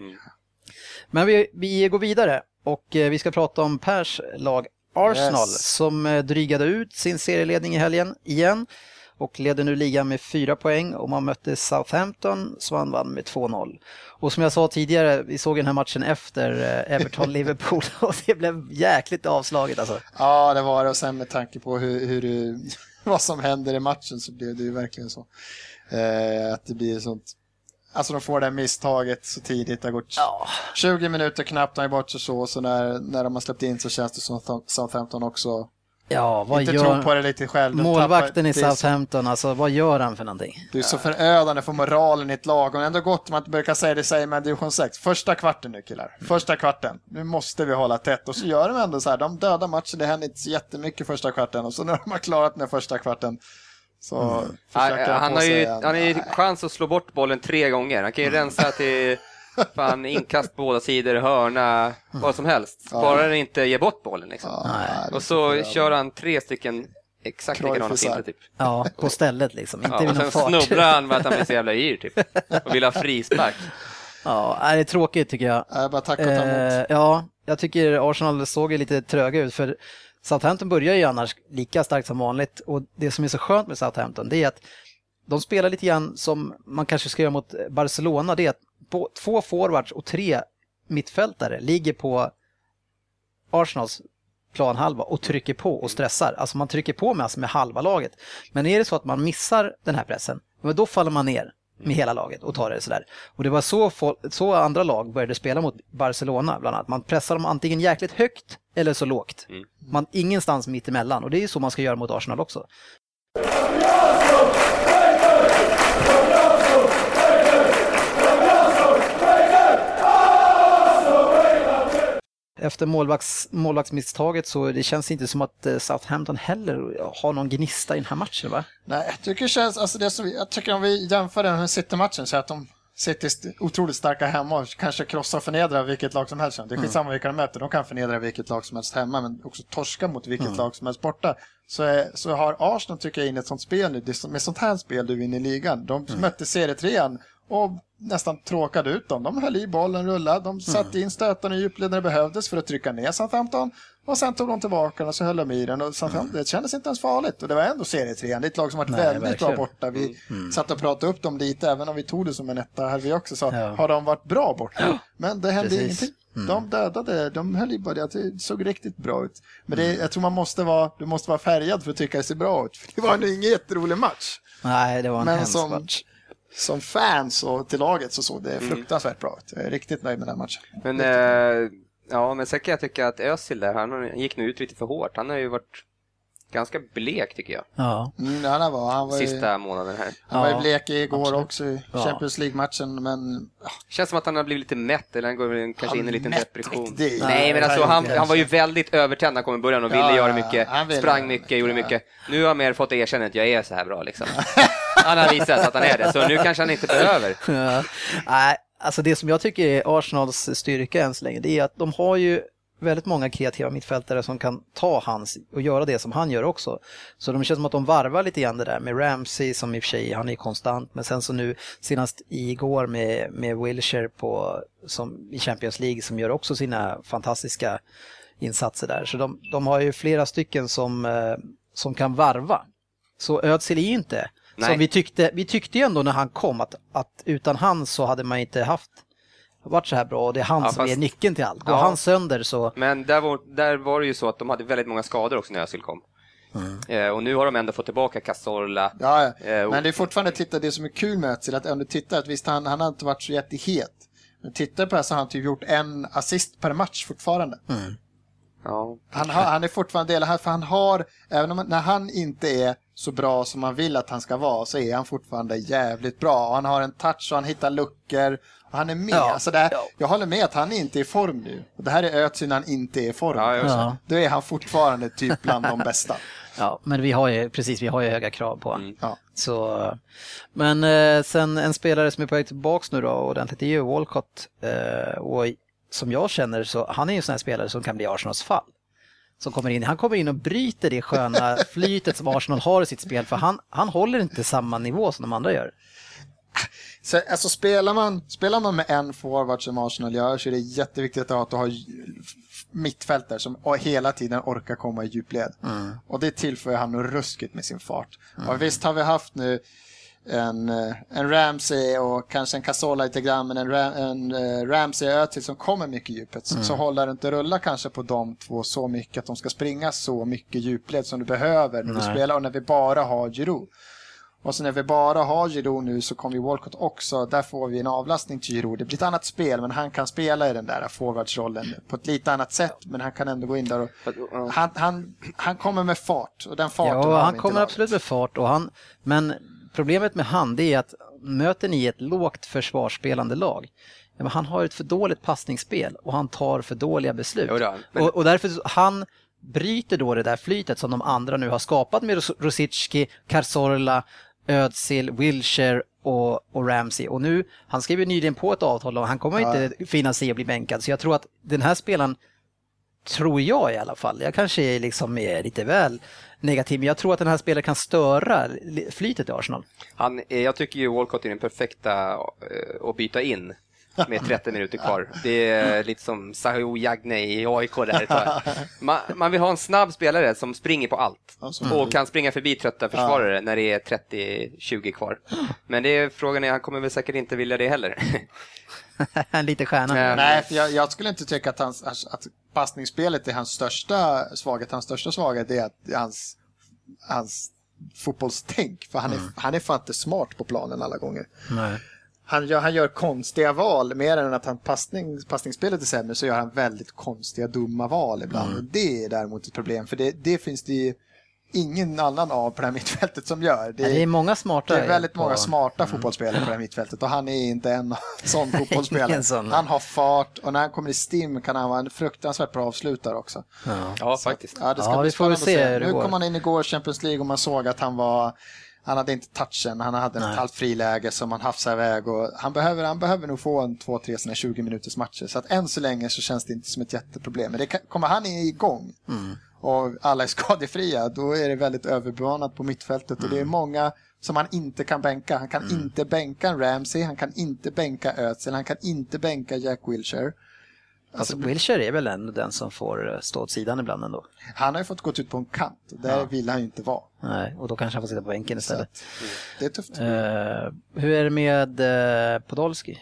S1: Men vi går vidare och vi ska prata om Pers lag Arsenal som drygade ut sin serieledning i helgen igen och leder nu ligan med 4 poäng, och man mötte Southampton som vann med 2-0. Och som jag sa tidigare, vi såg den här matchen efter Everton-Liverpool och det blev jäkligt avslaget alltså.
S3: Ja, det var det, och sen med tanke på vad som händer i matchen så blev det ju verkligen så. Att det blir sånt. Alltså de får det misstaget så tidigt. Det har gått 20 minuter knappt, han är bort så när de har släppt in så känns det som Southampton också inte tror på det lite själv.
S1: Målvakten i Southampton, alltså vad gör han för någonting?
S3: Det är så förödande för moralen i ett lag, och ändå gott om att brukar säga det säger med division 6. Första kvarten nu killar, första kvarten. Nu måste vi hålla tätt, och så gör de ändå så här. De döda matcher, det händer inte så jättemycket första kvarten, och så när de har klarat den första kvarten så
S2: han har ju chans att slå bort bollen 3 gånger. Han kan ju rensa till inkast på båda sidor, hörna, vad som helst. Bara den inte ger bort bollen liksom. Och så kör han 3 stycken exakt likadana filmer typ.
S1: Ja, på stället liksom. Inte
S2: och sen snubblar han med att han blir så jävla yr typ. Och vill ha frispark.
S1: Ja, det är tråkigt tycker jag.
S3: Bara tack och ta emot.
S1: Ja, jag tycker Arsenal såg lite tröga ut, för Southampton börjar ju annars lika starkt som vanligt, och det som är så skönt med Southampton det är att de spelar lite grann som man kanske ska göra mot Barcelona, det är att 2 forwards och 3 mittfältare ligger på Arsenals planhalva och trycker på och stressar. Alltså man trycker på med halva laget. Men är det så att man missar den här pressen, då faller man ner med hela laget och tar det sådär. Och det var så andra lag började spela mot Barcelona bland annat. Man pressar dem antingen jäkligt högt eller så lågt. Man ingenstans mitt emellan, och det är ju så man ska göra mot Arsenal också. efter målvaktsmisstaget så det känns inte som att Southampton heller har någon gnista i den här matchen, va?
S3: Nej, jag tycker det känns, alltså jag tycker om vi jämför den med City-matchen så att de City otroligt starka hemma och kanske krossa och förnedra vilket lag som helst. Det är skitsamma vilka de möter. De kan förnedra vilket lag som helst hemma men också torska mot vilket lag som helst borta. Så har Arsenal tycker jag in ett sånt spel nu. Med sånt här spel du vinner i ligan. De mötte serietrean och nästan tråkade ut dem. De höll i bollen, rullade. De satte in stötarna i djupled när det behövdes för att trycka ner Southampton. Och sen tog de tillbaka och så höll de i den. Och det kändes inte ens farligt. Och det var ändå serietrean. Det är ett lag som varit väldigt bra borta. Vi satt och pratade upp dem lite. Även om vi tog det som en etta här vi också sa. Har de varit bra borta? Men det hände ingenting. De dödade, de höll i bara det såg riktigt bra ut. Men jag tror du måste vara färgad för att tycka det ser bra ut. För det var nog ingen jätterolig match.
S1: Nej, det var en hemsk match.
S3: Som fans och till laget så såg det fruktansvärt bra ut. Jag är riktigt nöjd med den här matchen.
S2: Men men sen kan jag tycka att Özil där, han gick nu ut lite för hårt. Han har ju varit ganska blek tycker jag.
S1: Ja.
S3: Han var
S2: sista månaden här.
S3: Han var ju blek igår också i Champions League-matchen, men
S2: känns som att han har blivit lite mätt eller han går kanske in i en liten depression.
S3: Riktigt.
S2: Nej, men alltså han var ju väldigt övertänd när han kom i början och ville göra mycket, sprang mycket, gjorde mycket. Nu har han mer fått erkänna att jag är så här bra liksom. Han har visat att han är det, så nu kanske han inte behöver.
S1: Nej, alltså det som jag tycker är Arsenals styrka än så länge, det är att de har ju väldigt många kreativa mittfältare som kan ta hans och göra det som han gör också. Så de känns som att de varvar lite grann det där med Ramsey som i och för sig, han är konstant. Men sen så nu senast igår med Wilshere som i Champions League som gör också sina fantastiska insatser där. Så de har ju flera stycken som kan varva. Så Özil är ju inte. Så vi tyckte ju ändå när han kom att utan han så hade man inte varit så här bra och det är han som är nyckeln till allt. Går han sönder så... Men
S2: där var det ju så att de hade väldigt många skador också när Özil kom. Och nu har de ändå fått tillbaka Cazorla.
S3: Men det är fortfarande det som är kul med Özil att om du tittar att visst han har inte varit så jättehet. Men tittar på det så har han typ gjort en assist per match fortfarande.
S2: Ja.
S3: Han är fortfarande del här för han har, även om när han inte är så bra som man vill att han ska vara så är han fortfarande jävligt bra. Och han har en touch och han hittar luckor och han är med. Alltså jag håller med att han inte är i form nu. Och det här är Özil när han inte är i form. Då är han fortfarande typ bland de bästa.
S1: Ja, men vi har ju höga krav på honom. Så, men sen en spelare som är på väg tillbaka nu då ordentligt är ju Walcott och som jag känner så han är ju en sån här spelare som kan bli Arsenals fall. Han kommer in och bryter det sköna flytet som Arsenal har i sitt spel för han håller inte samma nivå som de andra gör.
S3: Så, alltså spelar man med en forward som Arsenal gör så är det jätteviktigt att ha mittfältare som hela tiden orkar komma i djupled. Och det tillför han ruskigt med sin fart. Och visst har vi haft nu en Ramsey och kanske en Cazorla lite grann, men en Ramsey Özil som kommer mycket djupet så håller det inte rulla kanske på de två så mycket att de ska springa så mycket djupled som du behöver när du spelar och när vi bara har Giroud. Och så när vi bara har Giroud nu så kommer ju Walcott också, där får vi en avlastning till Giroud. Det blir ett annat spel men han kan spela i den där forwardsrollen på ett lite annat sätt, men han kan ändå gå in där och han kommer med fart och den farten
S1: han kommer absolut med fart men problemet med han det är att möter ni ett lågt försvarsspelande lag, han har ett för dåligt passningsspel och han tar för dåliga beslut. Och därför han bryter då det där flytet som de andra nu har skapat med Rosicki, Cazorla, Özil, Wilshere och Ramsey. Och nu, han skrev ju nyligen på ett avtal och han kommer inte finna sig att bli bänkad. Så jag tror att den här spelaren, tror jag i alla fall, jag kanske liksom är lite väl negativ, men jag tror att den här spelaren kan störa flytet i Arsenal.
S2: Jag tycker ju Walcott är den perfekta att byta in med 30 minuter kvar. Det är lite som Sahou Jagne i AIK där. Man vill ha en snabb spelare som springer på allt och kan springa förbi trötta försvarare när det är 30-20 kvar. Men frågan är, han kommer väl säkert inte vilja det heller.
S1: Lite stjärna.
S3: Nej, för jag skulle inte tycka att passningsspelet är hans största svaghet. Hans största svaghet är att hans fotbollstänk. För han är fan inte smart på planen alla gånger. Nej. Han gör konstiga val, mer än att passningsspelet är sämre så gör han väldigt konstiga, dumma val ibland. Och det är däremot ett problem, för det finns det ingen annan av på det här mittfältet som gör.
S1: Det är många smarta.
S3: Det är väldigt många smarta fotbollsspelare på det här mittfältet och han är inte en sån fotbollsspelare. Han har fart och när han kommer i stim kan han vara en fruktansvärt bra avslutare också.
S2: Ja, faktiskt.
S3: Ja, det ska bli spännande att se. Nu kom han in igår i Champions League och man såg att han hade inte touchen, han hade ett halvt friläge som han hafsade iväg och han behöver nog få en 2-3 såna 20 minuters matcher så att än så länge så känns det inte som ett jätteproblem. Men det kommer han igång och alla är skadefria, då är det väldigt överbemanat på mittfältet och det är många som han inte kan bänka. Han kan inte bänka en Ramsey, han kan inte bänka Özil, han kan inte bänka Jack Wilshere.
S1: Alltså Wilshere är väl ändå den som får stå åt sidan ibland ändå.
S3: Han har ju fått gått ut på en kant. Där vill han ju inte vara.
S1: Nej, och då kanske han får sitta på bänken istället.
S3: Det är tufft.
S1: Hur är det med Podolski?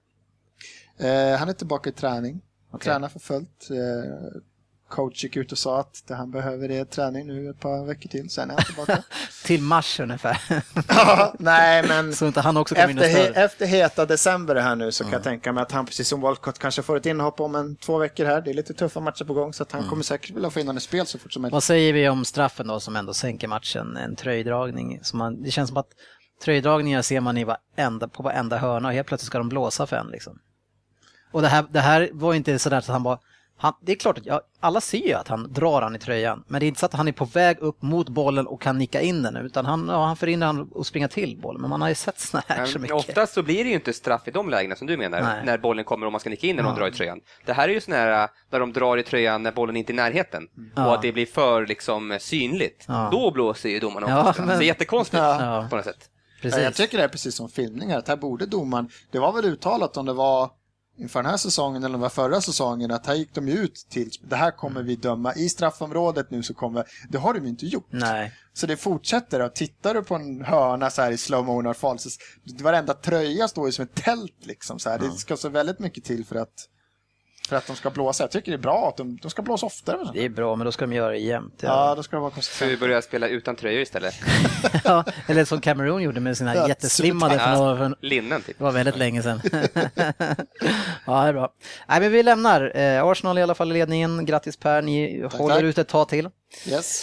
S3: Han är tillbaka i träning. Tränar för fullt. Coach gick ut och sa att det han behöver är träning nu ett par veckor till. Sen är han tillbaka.
S1: Till mars ungefär.
S3: Nej, men
S1: så inte han också kommer
S3: efter heta december här nu så kan jag tänka mig att han precis som Walcott kanske får ett inhopp om 2 veckor här. Det är lite tuffa matcher på gång så att han kommer säkert vilja få in en spel så fort som möjligt.
S1: Vad säger vi om straffen då som ändå sänker matchen? En tröjdragning. Det känns som att tröjdragningar ser man på varenda hörna och helt plötsligt ska de blåsa för en liksom. Och det här var inte sådär att han bara det är klart att alla ser ju att han drar han i tröjan, men det är inte så att han är på väg upp mot bollen och kan nicka in den, utan han förhindrar han att springa till bollen, men man har ju sett såna här så mycket.
S2: Oftast så blir det ju inte straff i de lägena som du menar, när bollen kommer och man ska nicka in den och dra i tröjan. Det här är ju sån här där de drar i tröjan när bollen inte är i närheten och att det blir för liksom synligt. Då blåser ju domarna oftast. Det är jättekonstigt på något sätt.
S3: Precis. Jag tycker det är precis som filmningar, att här borde domaren, det var väl uttalat om det var inför den här säsongen eller förra säsongen att här gick de ju ut till det här kommer vi döma i straffområdet nu så kommer det har de ju inte gjort.
S1: Nej.
S3: Så det fortsätter och tittar du på en hörna så här i slow-mo när fall så varenda tröja står ju som ett tält liksom så här. Det ska så väldigt mycket till för att de ska blåsa. Jag tycker det är bra att de ska blåsa oftare.
S1: Det är bra, men då ska de göra det jämt.
S3: Ja, då ska de vara konsekvent.
S2: Så vi börjar spela utan tröjor istället.
S1: Ja, eller som Cameroon gjorde med sina jätteslimmade för
S2: linnen typ.
S1: Det var väldigt länge sedan. Ja, det är bra. Nej, men vi lämnar. Arsenal i alla fall i ledningen. Grattis Per, ni håller ut ett tag till.
S3: Yes.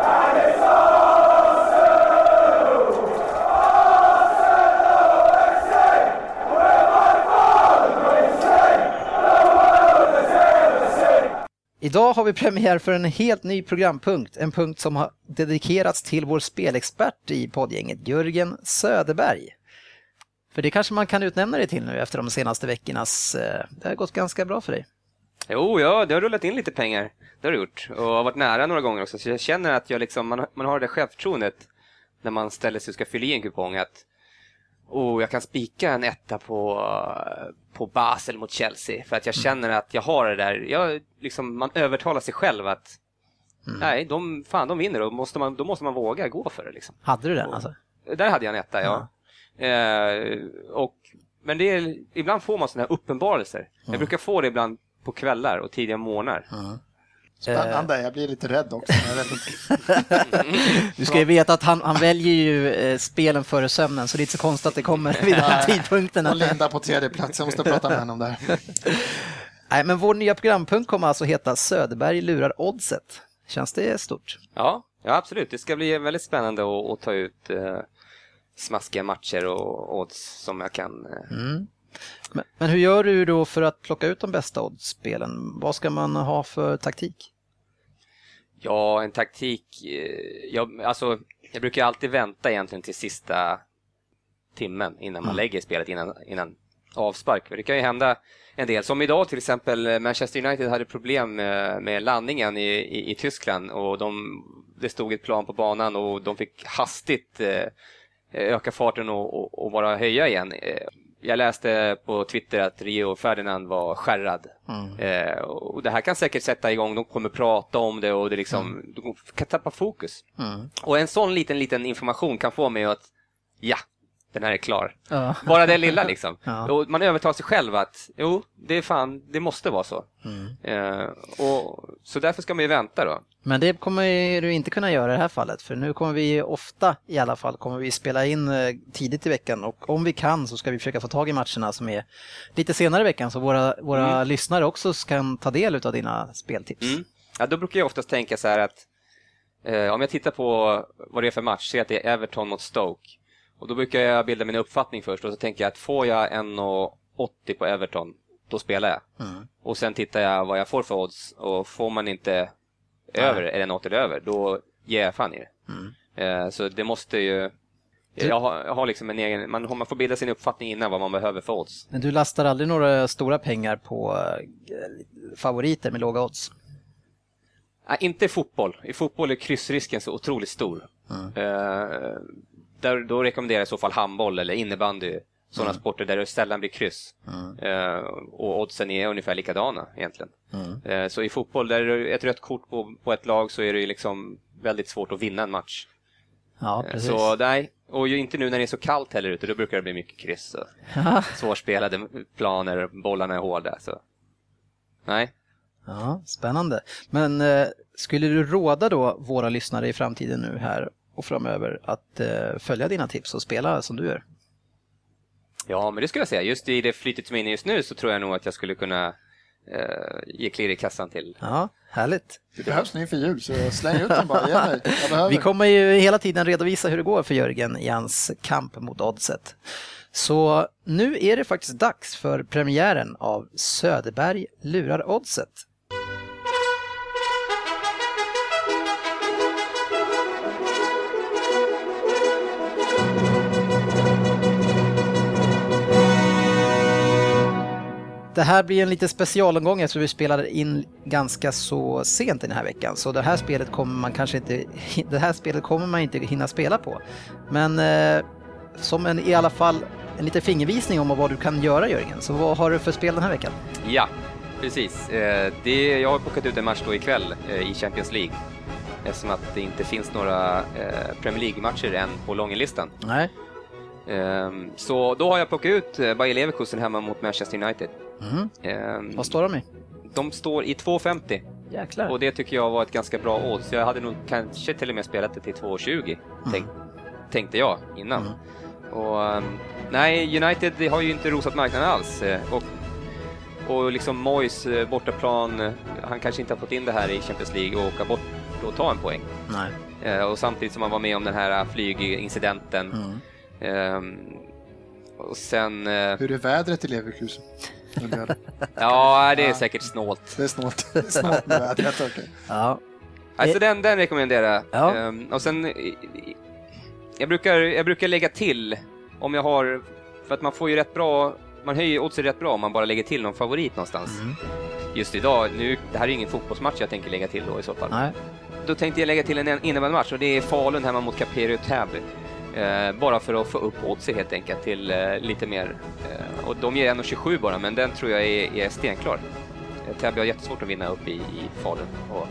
S1: Idag har vi premiär för en helt ny programpunkt. En punkt som har dedikerats till vår spelexpert i poddgänget, Jörgen Söderberg. För det kanske man kan utnämna dig till nu efter de senaste veckornas... Det har gått ganska bra för dig.
S2: Jo, ja, det har rullat in lite pengar. Det har det gjort. Och har varit nära några gånger också. Så jag känner att jag liksom, man har det självförtroendet när man ställer sig och ska fylla i en kupong att jag kan spika en etta på Basel mot Chelsea. För att jag känner att jag har det där. Man övertalar sig själv att nej, de vinner. Och då måste man våga gå för det. Liksom.
S1: Hade du den alltså?
S2: Där hade jag en etta, ja. Men ibland får man sådana här uppenbarelser. Jag brukar få det ibland på kvällar och tidiga morgnar.
S3: Spännande, jag blir lite rädd också. Jag vet inte.
S1: Du ska ju veta att han väljer ju spelen före sömnen, så det är inte så konstigt att det kommer vid den här tidpunkten.
S3: Och Linda på 3:e plats, jag måste prata med henne om det här.
S1: Nej, men vår nya programpunkt kommer alltså heta Söderberg lurar oddset. Känns det stort?
S2: Ja, absolut. Det ska bli väldigt spännande att ta ut smaskiga matcher och odds som jag kan...
S1: Men hur gör du då för att plocka ut de bästa oddsspelen? Vad ska man ha för taktik?
S2: Ja, en taktik... Jag brukar alltid vänta egentligen till sista timmen innan man lägger spelet, innan avspark. Det kan ju hända en del. Som idag till exempel, Manchester United hade problem med landningen i Tyskland och det stod ett plan på banan och de fick hastigt öka farten och bara höja igen. Jag läste på Twitter att Rio Ferdinand var skärrad. Och det här kan säkert sätta igång. De kommer prata om det och det liksom, de kan tappa fokus. Och en sån liten information kan få mig att den här är klar. Bara det lilla liksom. Och man övertar sig själv att det måste vara så. Och så därför ska man ju vänta då.
S1: Men det kommer du inte kunna göra i det här fallet, för nu kommer vi ofta i alla fall spela in tidigt i veckan, och om vi kan så ska vi försöka få tag i matcherna som är lite senare i veckan, så våra lyssnare också kan ta del av dina speltips.
S2: Ja, då brukar jag oftast tänka så här att Om jag tittar på vad det är för match, ser att det är Everton mot Stoke. Och då brukar jag bilda min uppfattning först och så tänker jag att får jag 1,80 på Everton, då spelar jag. Och sen tittar jag vad jag får för odds, och får man inte över, eller något eller över, då ger jag fan i det. Så det måste ju... Jag har liksom en egen... Man får bilda sin uppfattning innan vad man behöver för odds.
S1: Men du lastar aldrig några stora pengar på favoriter med låga odds?
S2: Nej, inte i fotboll. I fotboll är kryssrisken så otroligt stor. Då rekommenderar jag i så fall handboll eller innebandy. Sådana sporter där det sällan blir kryss. Och oddsen är ungefär likadana egentligen. Så i fotboll där det är ett rött kort på ett lag, så är det ju liksom väldigt svårt att vinna en match.
S1: Ja, precis.
S2: Så nej, och ju inte nu när det är så kallt heller ute, då brukar det bli mycket kryss. Svårspelade planer, bollarna är hårda. Så. Nej.
S1: Ja, spännande. Men skulle du råda då våra lyssnare i framtiden nu här och framöver att följa dina tips och spela som du gör?
S2: Ja, men det skulle jag säga. Just i det flytet som är inne just nu så tror jag nog att jag skulle kunna ge klirr i kassan till.
S1: Ja, härligt.
S3: Det behövs nu inför jul, så släng ut den bara igen.
S1: Vi kommer ju hela tiden redovisa hur det går för Jörgen i hans kamp mot oddset. Så nu är det faktiskt dags för premiären av Söderberg lurar oddset. Det här blir en lite specialomgång eftersom vi spelar in ganska så sent den här veckan. Så det här spelet kommer man inte hinna spela på. Men som i alla fall en liten fingervisning om vad du kan göra, Jörgen. Så vad har du för spel den här veckan?
S2: Ja, precis. Jag har plockat ut en match då ikväll i Champions League. Eftersom att det inte finns några Premier League-matcher än på långenlistan.
S1: Nej.
S2: Så då har jag plockat ut Bayer Leverkusen hemma mot Manchester United.
S1: Vad står de i?
S2: De står i 2,50.
S1: Jäklar.
S2: Och det tycker jag var ett ganska bra odds. Jag hade nog kanske till och med spelat det till 2,20 tänkte jag innan. Och nej, United har ju inte rosat marknaden alls. Och liksom Moyes bortaplan, han kanske inte har fått in det här i Champions League och åka bort och ta en poäng.
S1: Nej.
S2: Och samtidigt som man var med om den här flygincidenten. Och sen...
S3: Hur är vädret i Leverkusen?
S2: Ja, det är säkert snålt.
S3: Det är snålt med vädret, okej.
S2: Ja. Alltså den rekommenderar jag.
S1: Ja.
S2: Och sen jag brukar lägga till om jag har, för att man får ju rätt bra, man höjer oddsen rätt bra om man bara lägger till någon favorit någonstans. Just idag, det här är ingen fotbollsmatch jag tänker lägga till då i så fall.
S1: Nej.
S2: Då tänkte jag lägga till en innebandymatch, och det är Falun hemma mot Caperi och Täby. Bara för att få upp oddsen helt enkelt till lite mer. Och de ger 1,27 bara, men den tror jag är stenklar. Täby har jättesvårt att vinna upp i Falun.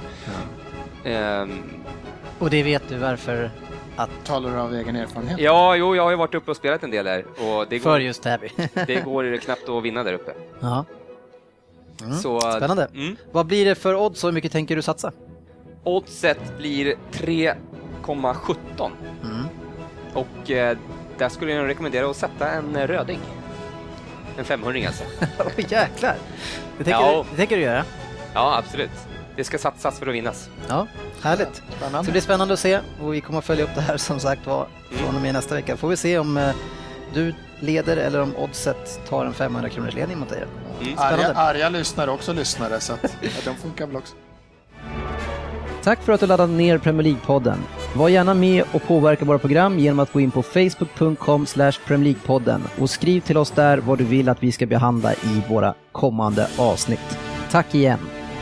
S1: Och det vet du varför att...
S3: Talar du av egen erfarenhet?
S2: Ja, jag har ju varit uppe och spelat en del där. Och det
S1: för just Täby.
S2: det går knappt att vinna där uppe.
S1: Ja.
S2: Så,
S1: spännande. Vad blir det för odds och hur mycket tänker du satsa?
S2: Oddset blir 3,17. Och där skulle jag rekommendera att sätta en röding. En 500 alltså.
S1: Jäklar. Det tänker du göra?
S2: Ja, absolut. Det ska satsas för att vinnas.
S1: Ja, härligt.
S3: Spännande.
S1: Så det blir spännande att se, och vi kommer att följa upp det här som sagt från och med nästa vecka. Får vi se om du leder eller om oddset tar en 500 kronors ledning mot dig.
S3: Arga lyssnare också lyssnare, så att de funkar väl också.
S1: Tack för att du laddade ner Premier League-podden. Var gärna med och påverka våra program genom att gå in på facebook.com/Premier League-podden och skriv till oss där vad du vill att vi ska behandla i våra kommande avsnitt. Tack igen!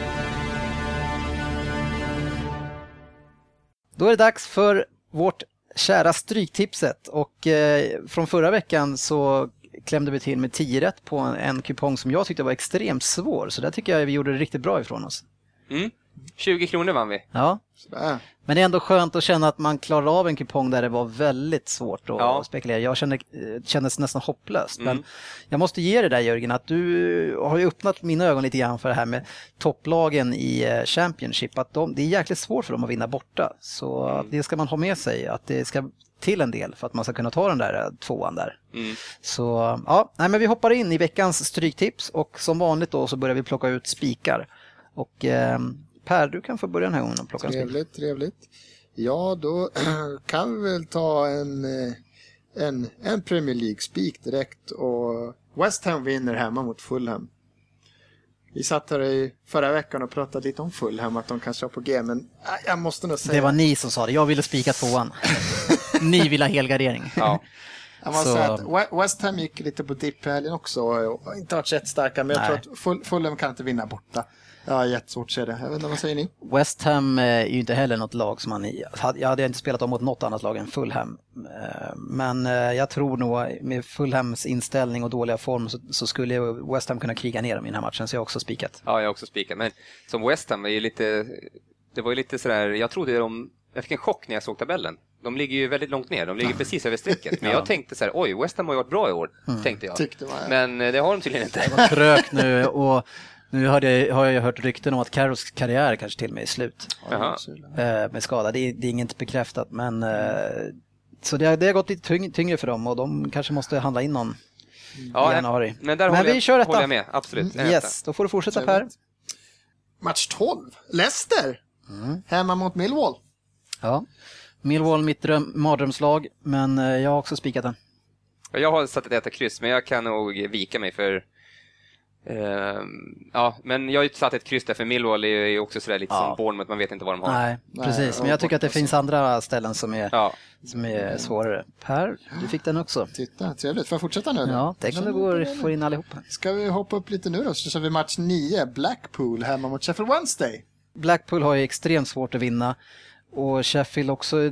S1: Då är det dags för vårt kära stryktipset, och från förra veckan så klämde vi till med 10 rätt på en kupong som jag tyckte var extremt svår, så där tycker jag vi gjorde det riktigt bra ifrån oss.
S2: 20 kronor vann vi.
S1: Ja. Men det är ändå skönt att känna att man klarar av en kupong där det var väldigt svårt att spekulera. Jag kändes nästan hopplöst. Men jag måste ge det där, Jörgen, att du har ju öppnat mina ögon lite grann för det här med topplagen i Championship. Att det är jäkligt svårt för dem att vinna borta. Så det ska man ha med sig, att det ska till en del för att man ska kunna ta den där tvåan där. Så ja, men vi hoppar in i veckans stryktips, och som vanligt då så börjar vi plocka ut spikar. Och Per, du kan få börja den här gången och plocka
S3: Trevligt. Ja, då kan vi väl ta en Premier League-spik direkt. Och West Ham vinner hemma mot Fulham. Vi satt här i förra veckan och pratade lite om Fulham, att de kanske har på G, men jag måste nog säga...
S1: Det var ni som sa det, jag ville spika 2:an. Ni vill ha helgardering.
S2: Ja.
S3: Jag måste säga att West Ham gick lite på dipp-helgen också och inte varit jättestarka, men jag tror att Fulham kan inte vinna borta. Ja, jättesvårt att se det. Jag vet inte, vad säger ni?
S1: West Ham är ju inte heller något lag som jag hade inte spelat om mot något annat lag än Fulham. Men jag tror nog med Fulhams inställning och dåliga form så skulle West Ham kunna kriga ner dem i den här matchen, så jag har också spikat.
S2: Ja, jag har också spikat. Men som West Ham är ju lite, det var ju lite sådär, jag fick en chock när jag såg tabellen. De ligger ju väldigt långt ner, de ligger precis över strecket. Men jag tänkte så här, oj, West Ham har ju varit bra i år, tänkte jag. Men det har de tydligen inte.
S1: Det var trögt nu och nu har jag hört rykten om att Carrolls karriär kanske till och med är slut. Med skada. Det är inget bekräftat, men så det har gått lite tyngre för dem och de kanske måste handla in någon i januari.
S2: Men där håller jag med, absolut.
S1: Yes, då får du fortsätta Per.
S3: Match 12, Leicester hemma mot Millwall.
S1: Ja, Millwall mitt mardrömslag, men jag har också spikat den.
S2: Jag har satt ett äta kryss, men jag kan nog vika mig för men jag har ju satt ett kryss där, för Millwall är ju också sådär lite som Bournemouth, man vet inte vad de har.
S1: Nej, precis, men jag tycker att det finns andra ställen som är svårare. Per, du fick den också.
S3: Titta, trevligt. Får jag fortsätta nu då?
S1: Ja, tänk om du får in allihopa.
S3: Ska vi hoppa upp lite nu då, så kör vi match 9, Blackpool hemma mot Sheffield Wednesday.
S1: Blackpool har ju extremt svårt att vinna. Och Sheffield också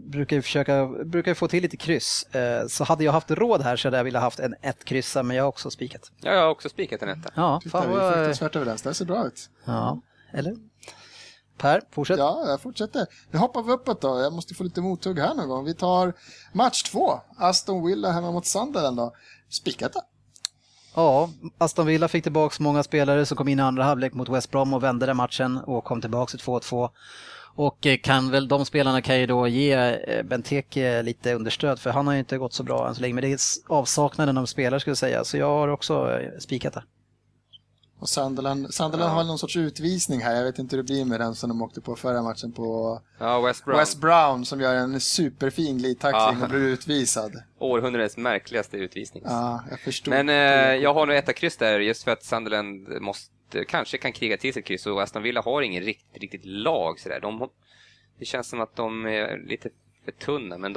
S1: brukar få till lite kryss. Så hade jag haft råd här så hade jag velat haft en 1-kryssa, men jag har också spikat.
S2: Ja, jag har också spikat en 1.
S3: Ja, fan vad... Vi fick svart överens, det ser bra ut.
S1: Ja, eller? Per, fortsätt.
S3: Ja, jag fortsätter. Nu hoppar vi uppåt då. Jag måste få lite mothugg här någon gång. Vi tar match 2. Aston Villa hemma mot Sunderland då. Spikat då?
S1: Ja, Aston Villa fick tillbaka många spelare som kom in i andra halvlek mot West Brom och vände den matchen och kom tillbaka till 2-2. Och de spelarna kan ju då ge Benteke lite understöd, för han har ju inte gått så bra än så länge, men det är avsaknaden av spelare skulle jag säga, så jag har också spikat det.
S3: Och Sunderland har någon sorts utvisning här, jag vet inte hur det blir med den som de åkte på förra matchen på West Brown som gör en superfin glidtackling och blir utvisad.
S2: Århundradets märkligaste utvisning.
S3: Ja, jag förstår.
S2: Men jag har nog ett kryss där, just för att Sunderland kanske kan kriga till sitt kryss, och Aston Villa har ingen riktigt lag sådär. Det känns som att de är lite för tunna, men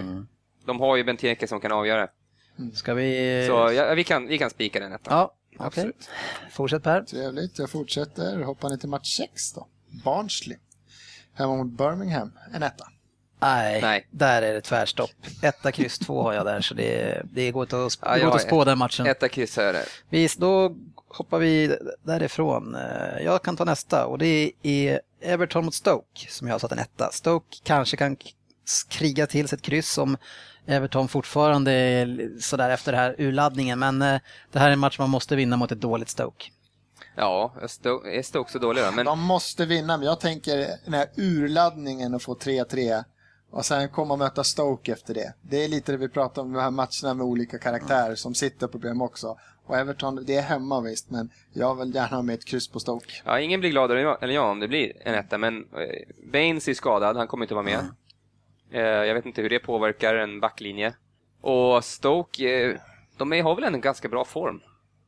S2: de har ju Benteke som kan avgöra.
S1: Ska vi...
S2: Så vi kan spika den ettan.
S1: Ja, okej. Fortsätt Per.
S3: Trevligt, jag fortsätter. Hoppar ner till match 6 då. Barnsley hemma mot Birmingham, en etta.
S1: Nej, där är det tvärstopp. 1-2 har jag där, så det går inte att spå den matchen.
S2: 1-kryss är det.
S1: Visst, då hoppar vi därifrån. Jag kan ta nästa, och det är Everton mot Stoke som jag har satt en 1. Stoke kanske kan kriga till sitt kryss som Everton fortfarande är sådär efter det här urladdningen, men det här är en match man måste vinna mot ett dåligt Stoke.
S2: Ja, är Stoke så dåliga? Men...
S3: De måste vinna, men jag tänker den här urladdningen och få 3-3 och sen komma och möta Stoke efter det. Det är lite det vi pratar om, de här matcherna med olika karaktärer som sitter problem också. Och Everton, det är hemma visst, men jag vill gärna ha med ett kryss på Stoke.
S2: Ja, ingen blir gladare än jag om det blir en 1, men Baines är skadad, han kommer inte vara med. Jag vet inte hur det påverkar en backlinje. Och Stoke, de har väl en ganska bra form.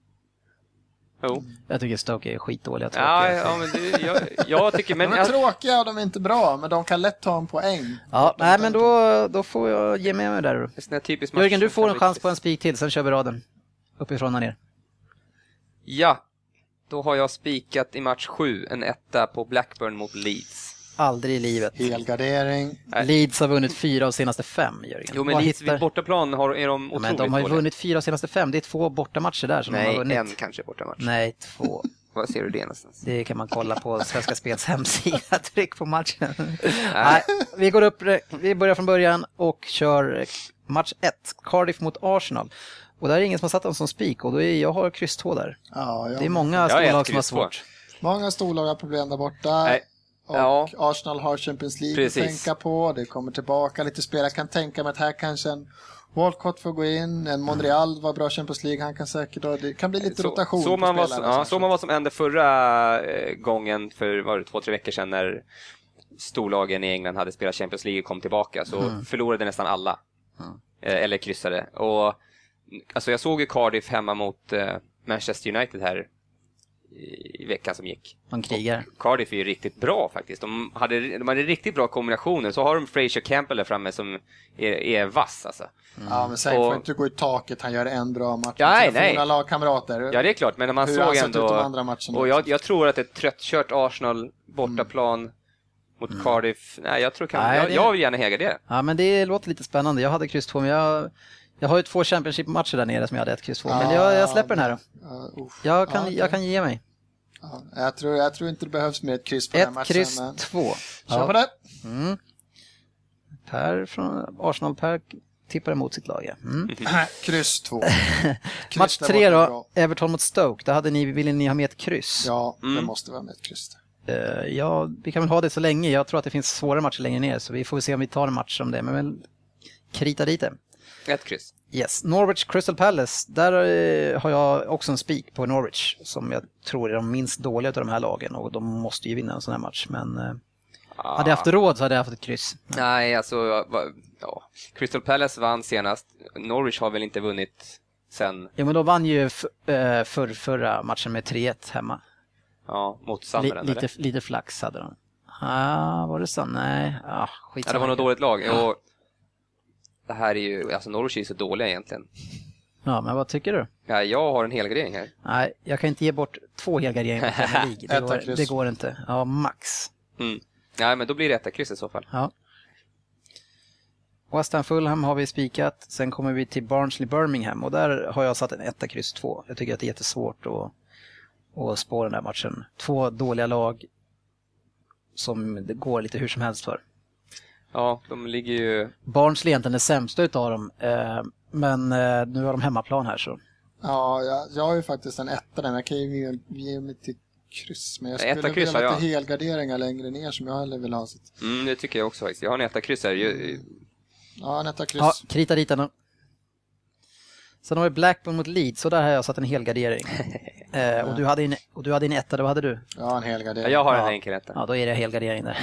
S2: Jo. Jag
S1: tycker Stoke är skitdåliga.
S2: Ja, men jag tycker... Men
S3: de är tråkiga och de är inte bra, men de kan lätt ta en poäng.
S1: Ja, nej, men då får jag ge med mig där. Jörgen, du får en chans på en spik till, sen kör vi raden. Uppifrån och ner.
S2: Ja, då har jag spikat i match 7, en 1 på Blackburn mot Leeds.
S1: Aldrig i livet.
S3: Helgardering.
S1: Leeds har vunnit 4 av senaste 5, Jörgen.
S2: Jo, men Leeds vid bortaplan är de otroligt.
S1: Men de har ju vunnit 4 av senaste 5. Det är 2 bortamatcher där som de har vunnit.
S2: Nej, en kanske bortamatch.
S1: Nej, 2.
S2: Vad ser du det någonstans?
S1: Det kan man kolla på Svenska Spels hemsida. Tryck på matchen. Nej, vi börjar från början och kör match 1. Cardiff mot Arsenal. Och där är ingen som har satt dem som spik, och jag har kryss 2 där.
S3: Ja,
S1: det är många storlag som har svårt.
S3: Många storlag har problem där borta.
S2: Nej.
S3: Och Arsenal har Champions League att tänka på. Det kommer tillbaka lite spelare. Kan tänka mig att här kanske en Walcott får gå in. En Monreal var bra Champions League. Han kan säkert då. Det kan bli lite rotation. Så
S2: man vad som hände förra gången för 2-3 veckor sedan när storlagen i England hade spelat Champions League och kom tillbaka så förlorade nästan alla. Eller kryssade. Och alltså jag såg ju Cardiff hemma mot Manchester United här i veckan som gick.
S1: Man krigar.
S2: Cardiff är ju riktigt bra faktiskt. De hade riktigt bra kombinationer. Så har de Fraser Campbell där framme som är vass alltså.
S3: Ja, men sen får inte gå i taket. Han gör en bra match.
S2: Nej.
S3: Lagkamrater.
S2: Ja, det är klart. Men när man såg ändå... Och jag tror att ett tröttkört Arsenal bortaplan mot Cardiff... Nej, jag tror jag vill gärna häga det.
S1: Ja, men det låter lite spännande. Jag hade kryss 2, men jag har ju 2 Championship-matcher där nere som jag hade ett kryss 2. Men jag släpper den här då. Jag kan ge mig.
S3: Ja, jag tror inte det behövs mer ett kryss på den matchen.
S1: Ett kryss 2.
S3: Kör på det.
S1: Per från Arsenal, Per tippar emot sitt lag.
S3: Kryss 2.
S1: Match 3 då, Everton mot Stoke. Där ville ni ha med ett kryss.
S3: Ja, det måste vara med ett kryss.
S1: Ja, vi kan väl ha det så länge. Jag tror att det finns svåra matcher längre ner, så vi får se om vi tar en match om det. Men väl krita dit det.
S2: Ett kryss.
S1: Yes, Norwich Crystal Palace. Där har jag också en spik på Norwich som jag tror är de minst dåliga av de här lagen, och de måste ju vinna en sån här match, men hade jag haft råd så hade jag haft ett kryss.
S2: Nej, alltså Crystal Palace vann senast. Norwich har väl inte vunnit sen.
S1: Ja, men de vann ju förra matchen med 3-1 hemma.
S2: Ja, mot Sunderland.
S1: Lite flax hade de. Var det så? Nej. Skit.
S2: Ja, det var något dåligt lag. Och det här är ju, alltså Norwich är så dåliga egentligen.
S1: Ja, men vad tycker du?
S2: Ja, jag har en helgardering här.
S1: Nej, jag kan inte ge bort 2 helgarderingar på Premier League. Det går inte. Ja, max.
S2: Nej, men då blir det ett kryss i så fall.
S1: Ja. West Ham Fulham har vi spikat. Sen kommer vi till Barnsley Birmingham, och där har jag satt en 1 kryss 2. Jag tycker att det är jättesvårt att spå den där matchen. 2 dåliga lag som det går lite hur som helst för.
S2: Ja, de ligger ju...
S1: Barnsley egentligen är sämsta utav dem, men nu har de hemmaplan här så.
S3: Ja, jag har ju faktiskt en 1 där, men jag kan ju ge mig till kryss. Men jag skulle vilja ha lite helgarderingar längre ner som jag hellre vill ha.
S2: Det tycker jag också faktiskt. Jag har en 1 kryss här.
S3: Ja, en 1 kryss.
S1: Ja, krita dit den. Sen har vi Blackburn mot Leeds, så där har jag satt en helgardering. Och du hade en 1, vad hade du?
S3: Ja, en helgardering.
S2: Jag har en enkel 1.
S1: Ja, då är det helgardering där.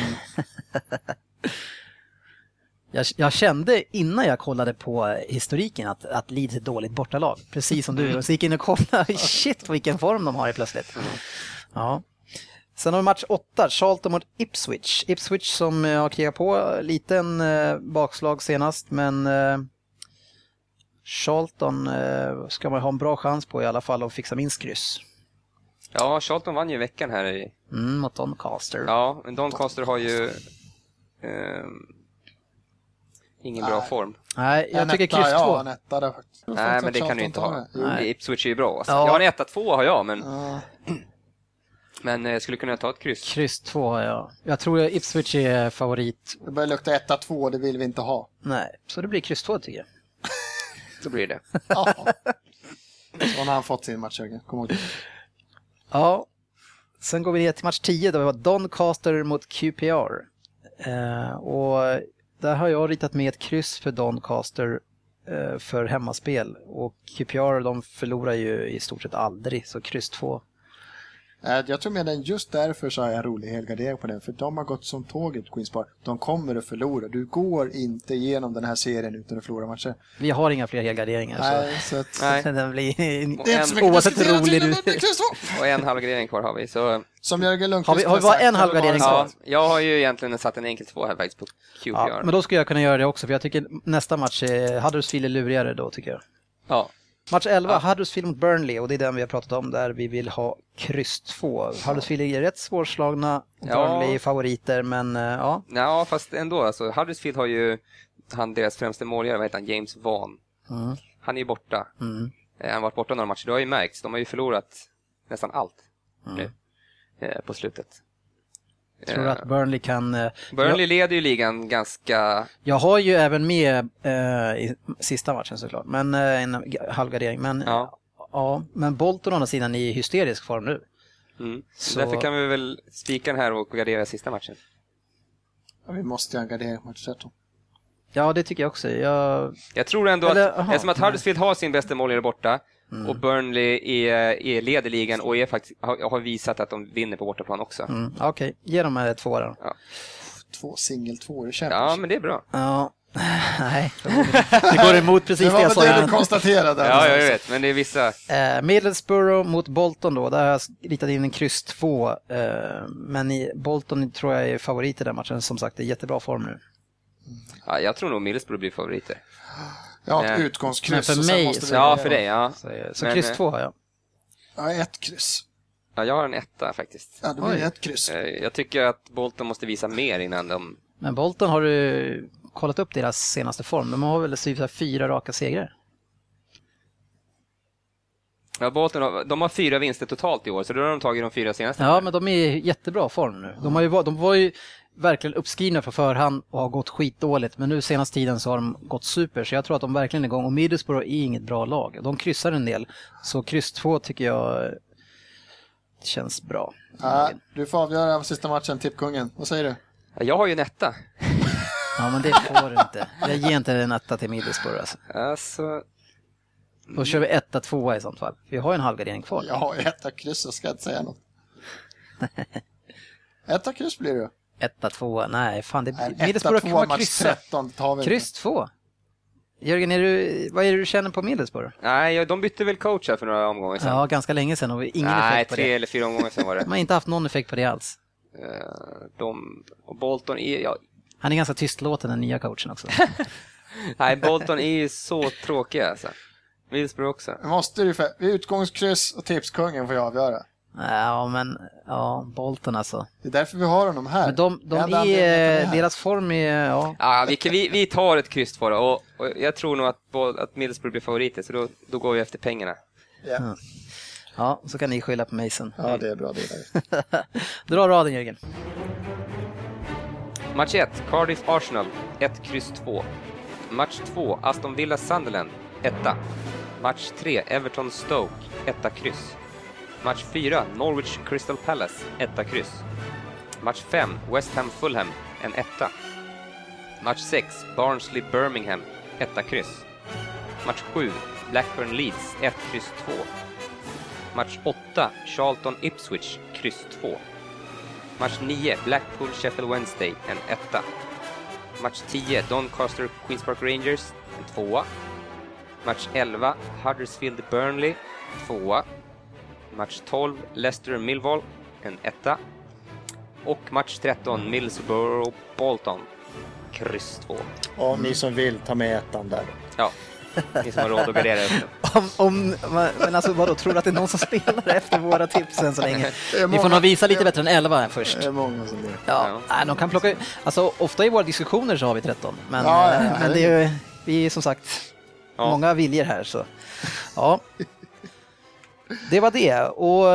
S1: Jag kände innan jag kollade på historiken att Leeds är ett dåligt bortalag. Precis som du. Och så gick in och kollade, shit, vilken form de har plötsligt. Ja. Sen har vi match 8, Charlton mot Ipswich. Ipswich som har krigat på liten bakslag senast, men Charlton ska man ha en bra chans på i alla fall att fixa minst kryss.
S2: Ja, Charlton vann ju veckan här
S1: mot Doncaster.
S2: Ja, men Doncaster har ju ingen bra form.
S1: Nej, jag tycker kryss 2.
S3: Ja, en 1 där faktiskt.
S2: Nej, men det kan du inte ha. Ipswich är ju bra. Alltså. Ja. Jag har en 1-2 har jag, men... Men jag skulle kunna ta ett kryss.
S1: Kryss 2 har jag. Jag tror att Ipswich är favorit.
S3: Det börjar lukta 1-2, det vill vi inte ha.
S1: Nej, så det blir kryss 2 tycker jag.
S2: Då blir det.
S3: Ja. Så har han fått sin match, kom ihåg det.
S1: Ja. Sen går vi ner till match 10 där vi har Doncaster mot QPR. Och där har jag ritat med ett kryss för Doncaster för hemmaspel. Och QPR, de förlorar ju i stort sett aldrig, så kryss 2.
S3: Jag tror med den just därför så har jag en rolig helgardering på den. För de har gått som tåget, Queens Park. De kommer att förlora. Du går inte igenom den här serien utan att förlora matcher.
S1: Vi har inga fler helgarderingar.
S3: Nej, så att...
S1: Den blir
S3: oavsett rolig.
S2: Och en halvgardering kvar har vi. Så...
S3: Som Jörgen Lundqvist
S1: har vi bara en halvgardering kvar?
S2: Ja, jag har ju egentligen satt en enkel 2 här faktiskt på QPR.
S1: Ja, men då skulle jag kunna göra det också. För jag tycker nästa match är Huddersfield lurigare då, tycker jag.
S2: Ja.
S1: Match 11, Huddersfield mot Burnley, och det är den vi har pratat om där vi vill ha kryss 2. Huddersfield är rätt svårslagna, Burnley är favoriter, men ja.
S2: Ja, fast ändå, alltså, Huddersfield har ju deras främste målgörare, vad heter han, James Vaughan. Han är ju borta. Han har varit borta några matcher, det har ju märkts. De har ju förlorat nästan allt nu på slutet.
S1: Jag tror att Burnley kan...
S2: Burnley leder ju ligan ganska...
S1: Jag har ju även med i sista matchen såklart, men en halvgardering. Men, men Bolton å andra sidan är i hysterisk form nu.
S2: Så därför kan vi väl spika den här och gardera sista matchen.
S3: Ja, vi måste ju gardera match 13.
S1: Ja, det tycker jag också.
S2: Jag tror ändå eftersom att Huddersfield har sin bästa målgörare borta och Burnley är leder ligan och faktiskt har visat att de vinner på bortaplan också.
S1: Okej, ge dem 2 då.
S2: Ja.
S3: 2 singel 2 i Championship.
S2: Ja, men det är bra.
S1: Ja. Nej, det går emot precis det jag sa.
S3: Det var det du konstaterade.
S2: Ja, jag vet, men det är vissa.
S1: Middlesbrough mot Bolton då, där har jag ritat in en kryss 2. Men i Bolton tror jag är favorit i den matchen. Som sagt, det är jättebra form nu.
S2: Ja, jag tror nog Middlesbrough blir favoriter.
S3: Ja, ett utgångskryss.
S1: Men för mig,
S2: ja, för dig, ja.
S1: Så kryss 2 har jag.
S3: Ja, ett kryss.
S2: Ja, jag har en 1 faktiskt.
S3: Ja, det blir ett kryss.
S2: Jag tycker att Bolton måste visa mer innan de...
S1: Men Bolton, har du kollat upp deras senaste form? De har väl 4 raka segrar?
S2: Ja, Bolton, de har 4 vinster totalt i år, så då har de tagit de 4 senaste.
S1: Ja, men de är i jättebra form nu. De var ju verkligen uppskrivna på förhand och har gått skitdåligt, men nu senaste tiden så har de gått super, så jag tror att de verkligen är igång. Och Middlesbrough är inget bra lag. De kryssar en del, så kryss 2 tycker jag känns bra.
S3: Ja, du får avgöra sista matchen, tippkungen. Vad säger du?
S2: Jag har ju en 1.
S1: Ja, men det får du inte. Jag ger inte en 1 till Middlesbrough alltså. Då kör vi 1-2 i sånt fall. Vi har ju en halvgardering kvar.
S3: Jag har 1 kryss, jag ska inte säga något. 1 kryss blir det.
S1: 1-2, nej fan. Middlesbrough kan kryssa. Kryss 2. Jörgen, vad är det du känner på Middlesbrough?
S2: Nej, de bytte väl coach här för några omgångar sedan.
S1: Ja, ganska länge sedan och ingen effekt på det.
S2: 3 eller 4 omgångar sedan var det.
S1: Man har inte haft någon effekt på det alls.
S2: Och Bolton är... Ja.
S1: Han är ganska tystlåten, den nya coachen också.
S2: Nej, Bolton är ju så tråkiga alltså. Middlesbrough också.
S3: Måste du utgångskryss och tipskungen får jag avgöra.
S1: Ja, men Bolton alltså.
S3: Det är därför vi har honom här.
S1: Men deras form är...
S2: Ja, vi tar ett kryss för det. Och jag tror nog att Middlesbrough blir favoriter, så då går vi efter pengarna.
S3: Yeah.
S1: Ja, så kan ni skylla på mig sen.
S3: Ja, det är bra.
S1: Dra raden, Jörgen.
S2: Match 1, Cardiff-Arsenal, 1-2. Match 2, Aston Villa-Sunderland, 1. Match 3, Everton-Stoke, 1 kryss. Match 4, Norwich-Crystal Palace, 1 kryss. Match 5, West Ham-Fulham, en 1. Match 6, Barnsley-Birmingham, 1 kryss. Match 7, Blackburn-Leeds, 1-2. Match 8, Charlton-Ipswich, kryss 2. Match 9, Blackpool-Sheffield Wednesday, en 1. Match 10, Doncaster-Queens Park Rangers, en 2. Match 11, Huddersfield-Burnley, 2. Match 12, Leicester-Millwall, en 1. Och match 13, Middlesbrough-Bolton, kryss 2.
S4: Om ni som vill, ta med 1 där.
S2: Ja, ni som har råd att gardera upp det.
S1: Men alltså, vadå, tror du att det är någon som spelar efter våra tips än så länge? Ni får nog visa lite bättre än 11 först.
S3: Det är många som det.
S1: Ja, de kan plocka... Alltså, ofta i våra diskussioner så har vi 13. Men, men det är, vi är som sagt många viljor här. Så. Ja, det var det. Och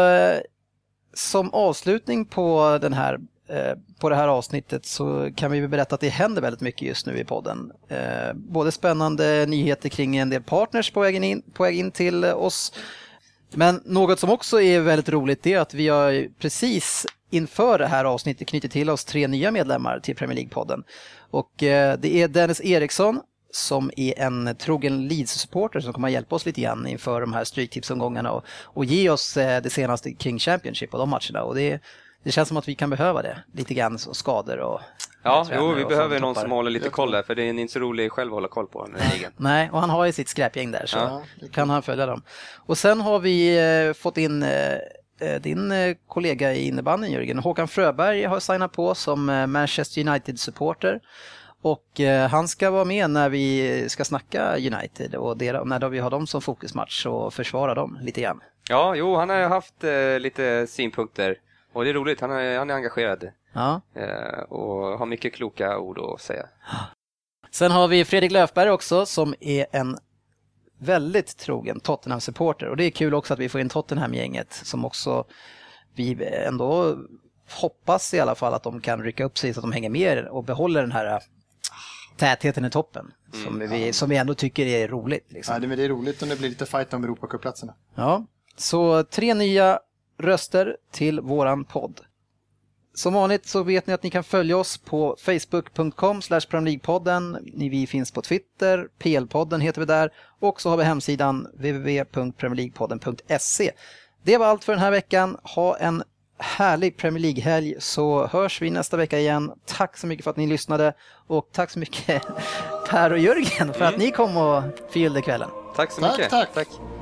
S1: som avslutning på det här avsnittet så kan vi berätta att det händer väldigt mycket just nu i podden. Både spännande nyheter kring en del partners på väg in till oss. Men något som också är väldigt roligt är att vi har precis inför det här avsnittet knutit till oss 3 nya medlemmar till Premier League-podden. Och det är Dennis Eriksson som är en trogen Leeds-supporter som kommer att hjälpa oss lite grann inför de här stryktipsomgångarna och ge oss det senaste kring Championship och de matcherna. Och det känns som att vi kan behöva det. Lite grann så skador och...
S2: Ja, vi behöver någon som håller lite koll där, för det är inte så roligt själv att hålla koll på den ligan.
S1: Nej, och han har ju sitt skräpgäng där, så kan han följa dem. Och sen har vi fått in din kollega i innebandyn, Jörgen. Håkan Fröberg har signat på som Manchester United-supporter. Och han ska vara med när vi ska snacka United och när vi har dem som fokusmatch och försvara dem lite grann.
S2: Ja, han har haft lite synpunkter. Och det är roligt, han är engagerad och har mycket kloka ord att säga.
S1: Sen har vi Fredrik Löfberg också som är en väldigt trogen Tottenham-supporter. Och det är kul också att vi får in Tottenham-gänget som också vi ändå hoppas i alla fall att de kan rycka upp sig så att de hänger med och behåller den här tätheten i toppen som vi ändå tycker är roligt. Liksom.
S3: Ja, det är roligt om det blir lite fight om Europacupplatserna.
S1: Ja, så 3 nya röster till våran podd. Som vanligt så vet ni att ni kan följa oss på facebook.com/PremLeague-podden. Vi finns på Twitter, PL-podden heter vi där. Och så har vi hemsidan www.premierleaguepodden.se. Det var allt för den här veckan. Ha en härlig Premier League-helg så hörs vi nästa vecka igen. Tack så mycket för att ni lyssnade och tack så mycket Per och Jörgen för att ni kom och fyllde kvällen.
S2: Tack så mycket.
S3: Tack.